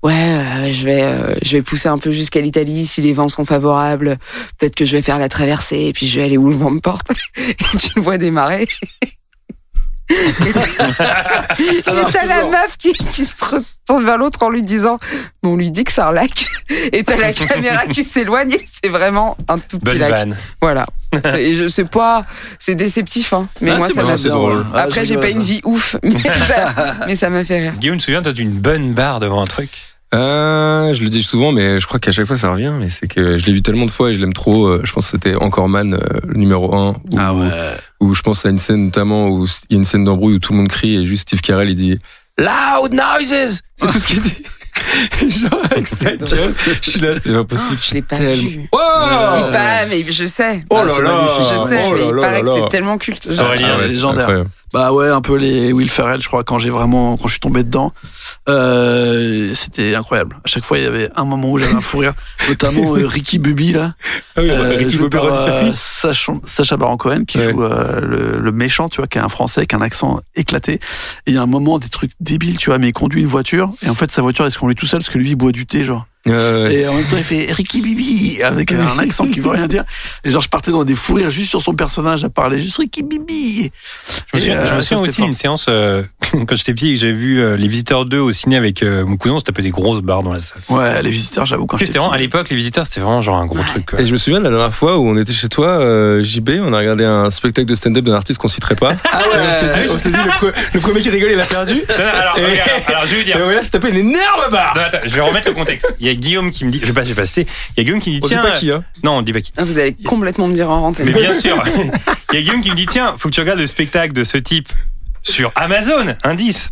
Je vais pousser un peu jusqu'à l'Italie si les vents sont favorables. Peut-être que je vais faire la traversée et puis je vais aller où le vent me porte. Et tu le vois démarrer. Et t'as la meuf qui se retourne vers l'autre en lui disant on lui dit que c'est un lac, et t'as la caméra qui s'éloigne, et c'est vraiment un tout petit lac. Van. Voilà. Je sais pas, c'est déceptif, hein. Mais moi ça m'a
c'est drôle.
Après j'ai pas une vie ouf, mais ça m'a fait rire.
Guillaume, tu te souviens, t'as une bonne barre devant un truc?
Je le dis souvent, mais je crois qu'à chaque fois ça revient. Mais c'est que je l'ai vu tellement de fois et je l'aime trop. Je pense que c'était Encore Man, le numéro 1. Où je pense à une scène notamment où il y a une scène d'embrouille où tout le monde crie et juste Steve Carell il dit Loud noises. C'est tout ce qu'il dit. Genre avec sa gueule, je suis là, c'est pas possible.
Je l'ai pas vu.
Wow.
Mais je sais.
Oh là là.
Je sais, mais il paraît que c'est tellement culte.
C'est légendaire. Bah ouais, un peu les Will Ferrell, je crois, quand je suis tombé dedans, c'était incroyable. À chaque fois, il y avait un moment où j'avais un fou rire, notamment Ricky Bobby là, joué par Sacha Baron Cohen qui joue le méchant, tu vois, qui est un Français, qui a un accent éclaté. Et il y a un moment des trucs débiles, tu vois, mais il conduit une voiture et en fait sa voiture elle se conduit tout seul parce que lui il boit du thé, genre. Et en même temps il fait Ricky Bibi avec un accent qui veut rien dire, et genre je partais dans des fous rires juste sur son personnage à parler juste Ricky Bibi.
Je me souviens aussi d'une séance quand j'étais petit et que j'avais vu Les Visiteurs 2 au ciné avec mon cousin, on se tapait des grosses barres dans la salle.
Ouais, Les Visiteurs, j'avoue, quand j'étais petit.
À l'époque, Les Visiteurs c'était vraiment genre un gros truc quoi.
Et je me souviens de la dernière fois où on était chez toi, JB, on a regardé un spectacle de stand-up d'un artiste qu'on citerait pas. On s'est dit le premier qui rigole il a perdu.
Alors je vais dire,
et là c'est tapé une énorme barre.
Attends, je vais remettre le contexte. Il y a Guillaume qui me dit, je vais pas citer, il y a Guillaume qui me dit tiens,
on dit pas qui, hein.
Non, on dit pas qui.
Vous allez complètement me dire en antenne.
Mais bien sûr. Il y a Guillaume qui me dit tiens, faut que tu regardes le spectacle de ce type sur Amazon, indice.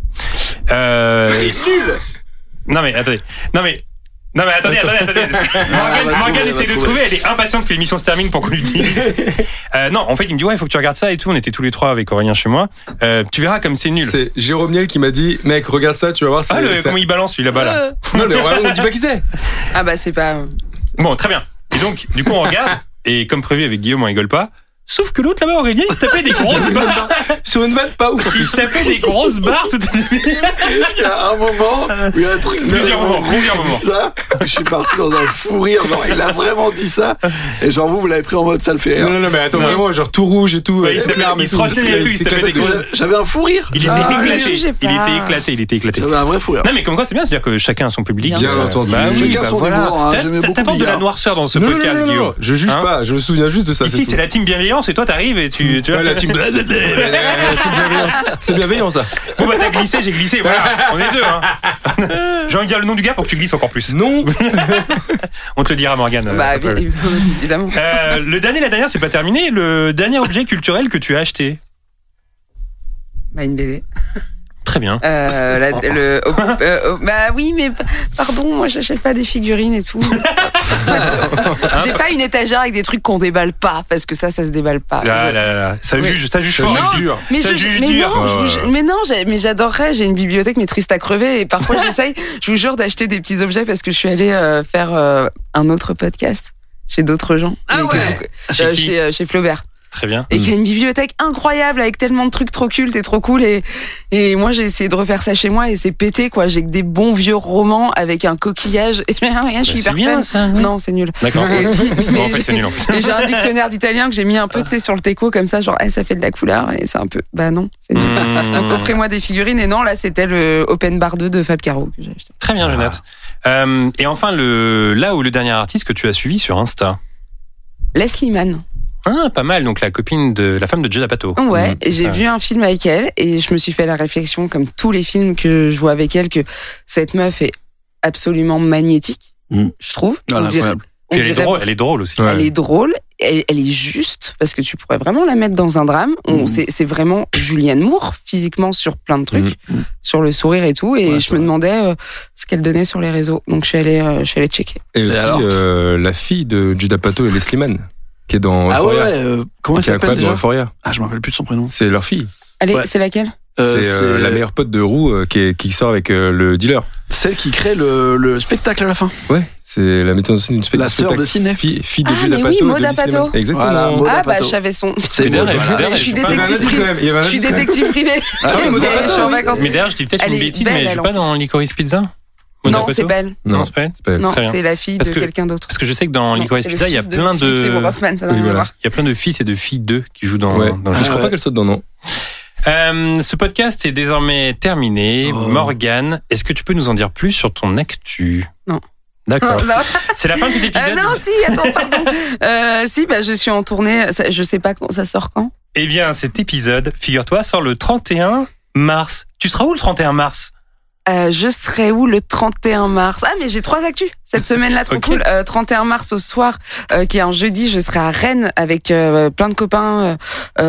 Non mais attendez. Morgane essaie de trouver, elle est impatiente que l'émission se termine pour qu'on l'utilise. Non, en fait, il me dit ouais, il faut que tu regardes ça et tout. On était tous les trois avec Aurélien chez moi. Tu verras comme c'est nul.
C'est Jérôme Niel qui m'a dit mec, regarde ça, tu vas voir.
Comment il balance lui là-bas là.
Non, mais vraiment, on dit pas qui c'est.
Ah bah c'est pas.
Bon, très bien. Et donc, du coup, on regarde et comme prévu avec Guillaume, on rigole pas. Sauf que l'autre là-bas, Aurélien, il se tapait des grosses barres.
Sur une vanne, pas ouf.
Il se tapait des grosses barres tout à l'heure.
Parce qu'il y a un moment où il y a un truc.
Plusieurs moments.
Ça, je suis parti dans un fou rire. Genre, il a vraiment dit ça. Et genre, vous l'avez pris en mode ça le fait rire.
Non, mais attends, vraiment, genre tout rouge et tout.
Il se rochait et tout. Il se tapait des grosses.
J'avais un fou rire.
Il était éclaté.
J'avais un vrai fou rire.
Non, mais comme quoi, c'est bien, c'est-à-dire que chacun a son public.
Bien entendu.
Chacun son humour.
T'apportes de la noirceur dans ce podcast, Guillaume.
Je juge pas, je me souviens juste de ça.
Ici, c'est la team bienveillance et toi, t'arrives et tu vois.
La team bienveillance. C'est bienveillant, ça.
Bon, bah, t'as glissé, j'ai glissé, voilà. On est deux, hein. J'ai envie de dire le nom du gars pour que tu glisses encore plus.
Non.
On te le dira, Morgane.
Bah, évidemment.
La dernière, c'est pas terminé. Le dernier objet culturel que tu as acheté.
Bah, une BD.
Très bien.
Bah oui, mais pardon, moi j'achète pas des figurines et tout. J'ai pas une étagère avec des trucs qu'on déballe pas, parce que ça se déballe pas.
Ça juge fort.
Mais j'adorerais. J'ai une bibliothèque mais triste à crever, et parfois j'essaye, je vous jure, d'acheter des petits objets parce que je suis allée faire un autre podcast chez d'autres gens. Chez Flaubert.
Très bien.
Et qui a une bibliothèque incroyable avec tellement de trucs trop cultes et trop cool, et moi j'ai essayé de refaire ça chez moi et c'est pété quoi. J'ai que des bons vieux romans avec un coquillage et rien, je suis hyper fan.
Ça.
Non, c'est nul.
D'accord.
Mais
en fait, c'est nul en fait.
Et j'ai un dictionnaire d'italien que j'ai mis un peu, tu sais, sur le teco comme ça, genre ça fait de la couleur, et c'est un peu bah non, c'est nul. Donc offrez-moi des figurines, et non, là c'était le Open Bar 2 de Fab Caro que j'ai acheté.
Très bien, je note. Et enfin le dernier artiste que tu as suivi sur Insta.
Leslie Mann.
Ah, pas mal. Donc la femme de Judd Apatow.
Ouais, j'ai vu un film avec elle et je me suis fait la réflexion, comme tous les films que je vois avec elle, que cette meuf est absolument magnétique, je trouve.
Incroyable.
Elle est drôle aussi.
Ouais. Elle est drôle, elle est juste, parce que tu pourrais vraiment la mettre dans un drame. C'est vraiment Julianne Moore, physiquement, sur plein de trucs, sur le sourire et tout, et je me demandais ce qu'elle donnait sur les réseaux. Donc je suis allée checker.
Et aussi la fille de Judd Apatow et Leslie Mann. qui est dans
Ah
Euphoria.
ouais, comment elle
Qui est
s'appelle
incroyable
déjà
dans Euphoria.
Ah, je me rappelle plus de son prénom.
C'est leur fille.
Allez,
Ouais.
c'est laquelle?
C'est la meilleure pote de Roux qui sort avec le dealer.
Celle qui crée le spectacle à la fin.
Ouais, c'est la metteuse en scène du
La sœur de Ciné.
Fille de
Ah,
Jude
mais
Apatow.
oui,
et de
Maud
Lee
Apatow.
Slimane. Exactement.
Voilà, Maud
Ah, bah,
Apatow.
je savais son.
C'est
Mais
Maud,
d'ailleurs,
voilà.
Je suis
Il y avait un
détective
indice quand même, il y avait un
Je suis
indice quand même.
détective privé.
Ah,
ouais, Maud
Je suis en
Apatow,
vacances.
Mais d'ailleurs, je dis peut-être
Elle
une
est
bêtise,
belle,
mais je
elle,
suis
en
pas
plus.
dans Licorice Pizza. Maud
Non,
Apatow
c'est Belle.
Non, c'est pas elle.
C'est pas elle.
Non,
Très bien.
c'est la fille
Parce
de
que-
quelqu'un d'autre.
Parce que je sais que dans
Non,
Licorice
c'est le
Pizza, il y a
fils
plein
Philippe Seymour
de.
Hoffman, ça n'a
Oui,
rien à
voilà.
voir.
Il y a plein de fils et de filles d'eux qui jouent dans,
Ouais.
dans le
Je
jeu.
crois pas qu'elle saute dans non.
Ce podcast est désormais terminé.
Oh.
Morgane, est-ce que tu peux nous en dire plus sur ton actu?
Non.
D'accord.
Non.
C'est la fin de cet épisode.
Non, si, attends, pardon. Si, bah, je suis en tournée. Je sais pas quand ça sort quand.
Eh bien, cet épisode, figure-toi, sort le 31 mars. Tu seras où le 31 mars?
Je serai où le 31 mars? Ah, mais j'ai 3 actus cette semaine-là, trop
Ok.
cool. 31 mars au soir, qui est un jeudi, je serai à Rennes avec plein de copains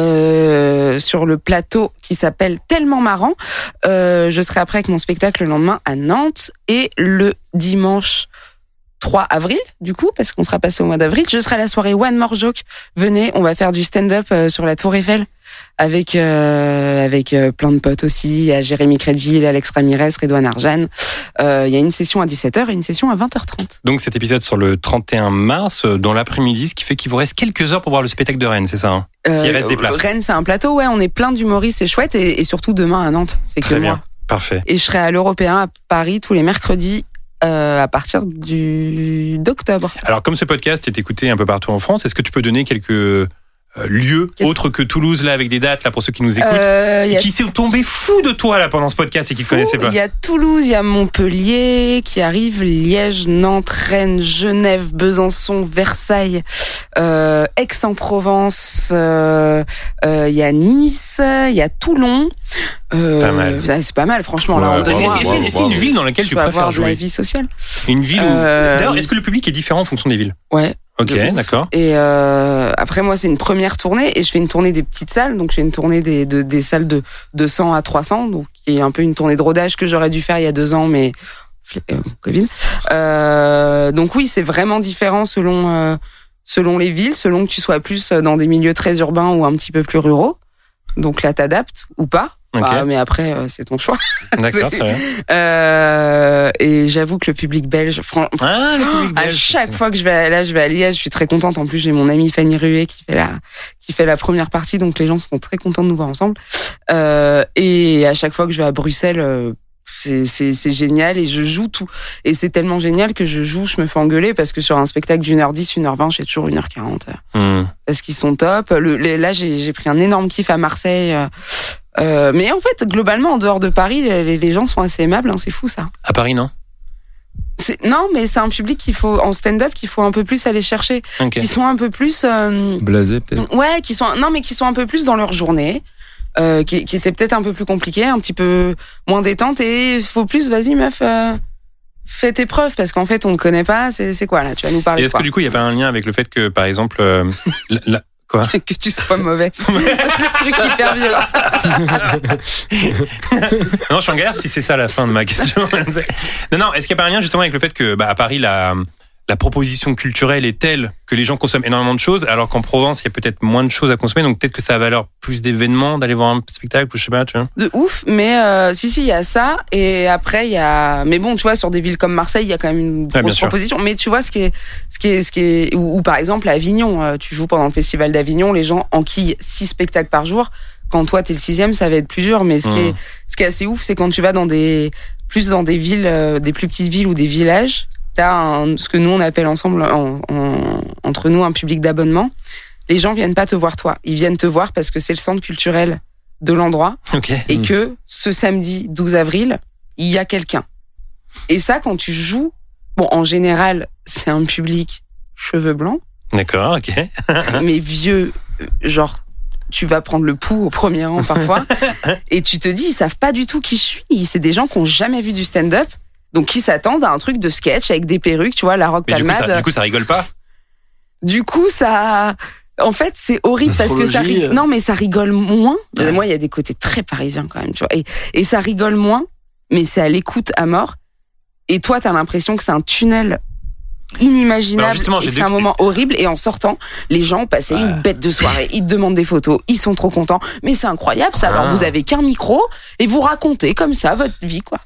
sur le plateau qui s'appelle Tellement Marrant. Je serai après avec mon spectacle le lendemain à Nantes et le dimanche 3 avril, du coup, parce qu'on sera passé au mois d'avril, je serai à la soirée One More Joke. Venez, on va faire du stand-up sur la Tour Eiffel avec plein de potes aussi. Il y a Jérémy Crédville, Alex Ramirez, Redouane Arjan. Il y a une session à 17h et une session à 20h30.
Donc cet épisode sur le 31 mars, dans l'après-midi, ce qui fait qu'il vous reste quelques heures pour voir le spectacle de Rennes, c'est ça, hein? S'il reste des places.
Rennes, c'est un plateau, ouais, on est plein d'humoristes, c'est chouette. Et surtout demain à Nantes, c'est
Très
que
bien.
moi.
Parfait.
Et je serai à l'Européen à Paris tous les mercredis à partir d'octobre.
Alors, comme ce podcast est écouté un peu partout en France, est-ce que tu peux donner quelques lieux autres que Toulouse, là, avec des dates, là, pour ceux qui nous écoutent,
Il y
et
a
qui sont tombés fous de toi, là, pendant ce podcast et qui ne connaissaient pas?
Il y a Toulouse, il y a Montpellier qui arrive, Liège, Nantes, Rennes, Genève, Besançon, Versailles, Aix-en-Provence, il y a Nice, il y a Toulon.
Pas mal.
C'est pas mal, franchement. Là,
Ouais,
en 2
Est-ce
mois,
qu'il y a une ville dans laquelle
je
tu
peux
préfères
avoir de la
jouer?
vie sociale.
Une ville où... D'ailleurs, est-ce que le public est différent en fonction des villes?
Ouais.
Ok,
de ouf.
d'accord.
Et après, moi, c'est une première tournée et je fais une tournée des petites salles. Donc, je fais une tournée des salles de 200 à 300. Donc, qui est un peu une tournée de rodage que j'aurais dû faire il y a 2 ans, mais Covid. Donc, oui, c'est vraiment différent selon les villes, selon que tu sois plus dans des milieux très urbains ou un petit peu plus ruraux. Donc, là, t'adaptes ou pas.
Ok.
Bah, mais après, c'est ton choix.
D'accord, très bien.
Et j'avoue que le public belge,
Ah, le public
à
belge.
chaque fois que je vais à Liège, je suis très contente. En plus, j'ai mon amie Fanny Ruet qui fait la première partie, donc les gens seront très contents de nous voir ensemble. Et à chaque fois que je vais à Bruxelles, c'est génial et je joue tout. Et c'est tellement génial que je me fais engueuler parce que sur un spectacle d'1h10, 1h20, j'ai toujours 1h40. Parce qu'ils sont top. Là, j'ai pris un énorme kiff à Marseille. Mais en fait, globalement, en dehors de Paris, les gens sont assez aimables. Hein, c'est fou, ça.
À Paris, non?
Non, mais c'est un public en stand-up qu'il faut un peu plus aller chercher.
Ok.
Qui sont un peu plus...
Blasé, peut-être.
Ouais, qui sont un peu plus dans leur journée. Qui était peut-être un peu plus compliqué, un petit peu moins détente. Et il faut plus, vas-y meuf, fais tes preuves. Parce qu'en fait, on ne connaît pas. C'est quoi, là? Tu vas nous parler
Et
de
est-ce
quoi?
que du coup, il n'y a pas un lien avec le fait que, par exemple, quoi?
Que tu sois mauvaise. Le truc hyper violent.
Non, je suis en galère si c'est ça la fin de ma question. Non, est-ce qu'il n'y a pas un lien justement avec le fait que, à Paris, la proposition culturelle est telle que les gens consomment énormément de choses, alors qu'en Provence, il y a peut-être moins de choses à consommer, donc peut-être que ça a valeur plus d'événements, d'aller voir un spectacle, ou je sais pas, tu vois.
De ouf, mais si, il y a ça. Et après, il y a... Mais bon, tu vois, sur des villes comme Marseille, il y a quand même une
bien
grosse
sûr.
proposition. Mais tu vois, ce qui est... Ou par exemple, à Avignon, tu joues pendant le festival d'Avignon, les gens enquillent 6 spectacles par jour. Quand toi, t'es le 6e, ça va être plus dur. Mais ce qui est assez ouf, c'est quand tu vas dans des villes, des plus petites villes ou des villages, t'as ce que nous, on appelle ensemble, entre nous, un public d'abonnement. Les gens viennent pas te voir toi. Ils viennent te voir parce que c'est le centre culturel de l'endroit.
Ok.
Et que ce samedi 12 avril, il y a quelqu'un. Et ça, quand tu joues, bon, en général, c'est un public cheveux blancs,
D'accord, ok.
mais vieux, genre, tu vas prendre le pouls au premier rang parfois, et tu te dis, ils savent pas du tout qui je suis. C'est des gens qui ont jamais vu du stand-up, donc qui s'attendent à un truc de sketch avec des perruques, tu vois, la rock
Mais
palmade.
du coup, ça rigole pas.
Du coup, ça... En fait, c'est horrible parce que ça rigole... Non, mais ça rigole moins.
Ouais.
Moi, il y a des côtés très parisiens quand même, tu vois. Et ça rigole moins, mais c'est à l'écoute à mort. Et toi, t'as l'impression que c'est un tunnel inimaginable et c'est un moment horrible. Et en sortant, les gens passaient une bête de soirée. Ils te demandent des photos, ils sont trop contents. Mais c'est incroyable, ça. Alors vous avez qu'un micro et vous racontez comme ça votre vie, quoi.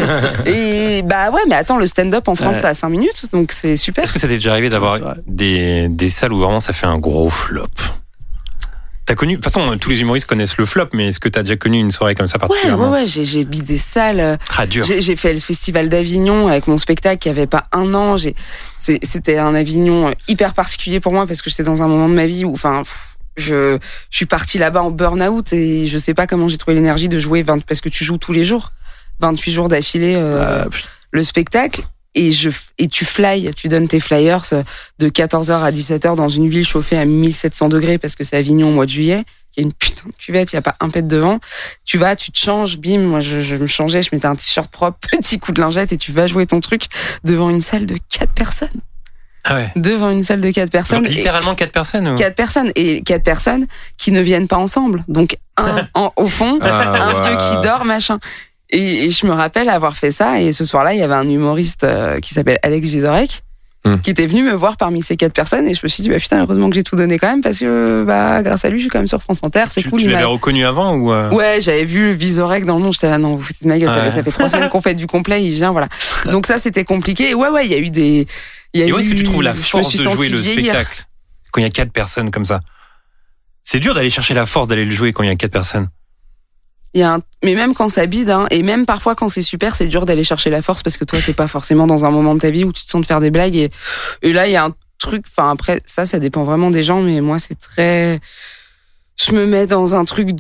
Et bah ouais, mais attends, le stand-up en France, c'est à 5 minutes, donc c'est super.
Est-ce que ça t'est déjà arrivé d'avoir des salles où vraiment ça fait un gros flop? T'as connu, de toute façon, tous les humoristes connaissent le flop, mais est-ce que t'as déjà connu une soirée comme ça particulièrement?
Ouais, j'ai mis des salles.
Dur.
J'ai fait le festival d'Avignon avec mon spectacle qui avait pas un an. C'était un Avignon hyper particulier pour moi parce que j'étais dans un moment de ma vie où, je suis partie là-bas en burn-out et je sais pas comment j'ai trouvé l'énergie de jouer parce que tu joues tous les jours, 28 jours d'affilée, le spectacle. Et tu tu donnes tes flyers de 14h à 17h dans une ville chauffée à 1700 degrés parce que c'est Avignon au mois de juillet. Il y a une putain de cuvette, il y a pas un pet devant. Tu vas, tu te changes, bim. Moi, je me changeais, je mettais un t-shirt propre, petit coup de lingette et tu vas jouer ton truc devant une salle de 4 personnes.
Ah ouais.
Devant une salle de 4 personnes.
Donc, littéralement 4 personnes ou...
4 personnes. Et 4 personnes qui ne viennent pas ensemble. Donc, au fond, un vieux qui dort, machin. Et je me rappelle avoir fait ça. Et ce soir-là, il y avait un humoriste qui s'appelle Alex Vizorek qui était venu me voir parmi ces 4 personnes. Et je me suis dit, putain, heureusement que j'ai tout donné quand même parce que grâce à lui, je suis quand même sur France Inter. C'est cool.
Tu l'avais reconnu avant ou
Ouais, j'avais vu Vizorek dans le nom. J'étais là, non, vous foutez de ma gueule. Ça fait 3 semaines qu'on fait du complet. Il vient, voilà. Donc ça, c'était compliqué. Et ouais, il y a eu des...
Et où est-ce que tu trouves la force de jouer le spectacle quand il y a 4 personnes comme ça? C'est dur d'aller chercher la force d'aller le jouer quand il y a 4 personnes.
Mais même quand ça bide, et même parfois quand c'est super, c'est dur d'aller chercher la force parce que toi, t'es pas forcément dans un moment de ta vie où tu te sens de faire des blagues. Et là, il y a un truc, après, ça dépend vraiment des gens, mais moi, c'est très... Je me mets dans un truc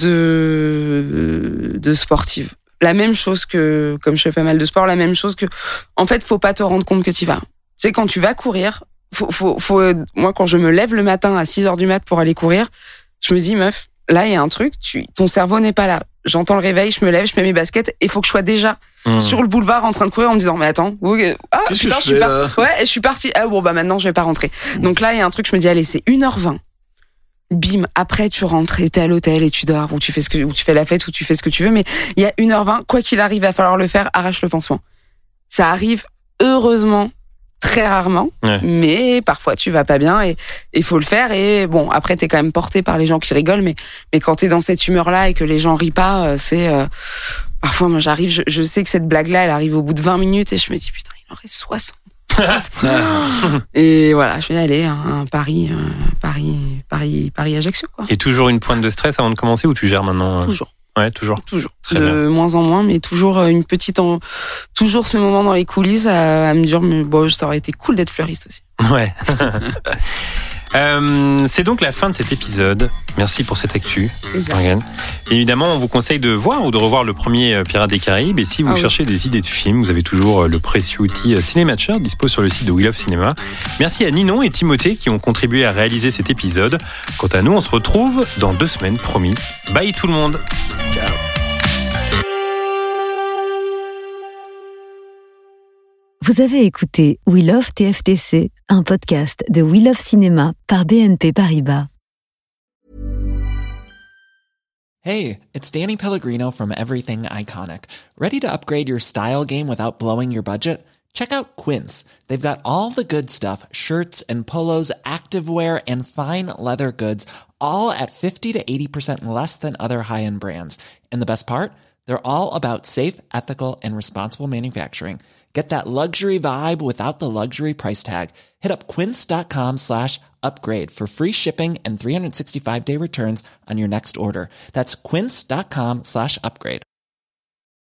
de sportive. La même chose que, comme je fais pas mal de sport, la même chose que, en fait, faut pas te rendre compte que tu vas. Tu sais, quand tu vas courir, moi, quand je me lève le matin à 6h du mat pour aller courir, je me dis, meuf, là, il y a un truc, ton cerveau n'est pas là. J'entends le réveil, je me lève, je mets mes baskets, et faut que je sois déjà sur le boulevard en train de courir en me disant, mais attends,
qu'est-ce
putain, je suis partie. Maintenant, je vais pas rentrer. Donc là, il y a un truc, je me dis, allez, c'est 1h20. Bim, après, tu rentres et t'es à l'hôtel et tu dors, ou tu fais la fête, ou tu fais ce que tu veux, mais il y a 1h20, quoi qu'il arrive, il va falloir le faire, arrache le pansement. Ça arrive, heureusement, très rarement, mais parfois tu vas pas bien et il faut le faire. Et bon, après t'es quand même porté par les gens qui rigolent, mais quand t'es dans cette humeur-là et que les gens rient pas, c'est parfois moi j'arrive, je sais que cette blague-là, elle arrive au bout de 20 minutes et je me dis putain, il en reste 60. Et voilà, je vais aller à Paris Ajaccio, quoi.
Et toujours une pointe de stress avant de commencer ou tu gères maintenant?
Toujours.
Ouais, toujours.
Très bien. Moins en moins, mais toujours toujours ce moment dans les coulisses à me dire, mais bon, ça aurait été cool d'être fleuriste aussi.
Ouais. C'est donc la fin de cet épisode. Merci pour cette actu, Morgane. Évidemment, on vous conseille de voir ou de revoir le premier Pirates des Caraïbes. Et si vous cherchez des idées de films, vous avez toujours le précieux outil Cinématcher dispo sur le site de We Love Cinéma. Merci à Ninon et Timothée qui ont contribué à réaliser cet épisode. Quant à nous, on se retrouve dans 2 semaines, promis. Bye tout le monde. Ciao.
Vous avez écouté We Love TFTC, un podcast de We Love Cinéma par BNP Paribas.
Hey, it's Danny Pellegrino from Everything Iconic. Ready to upgrade your style game without blowing your budget? Check out Quince. They've got all the good stuff, shirts and polos, activewear, and fine leather goods, all at 50 to 80% less than other high-end brands. And the best part? They're all about safe, ethical, and responsible manufacturing. Get that luxury vibe without the luxury price tag. Hit up quince.com/upgrade for free shipping and 365-day returns on your next order. That's quince.com/upgrade.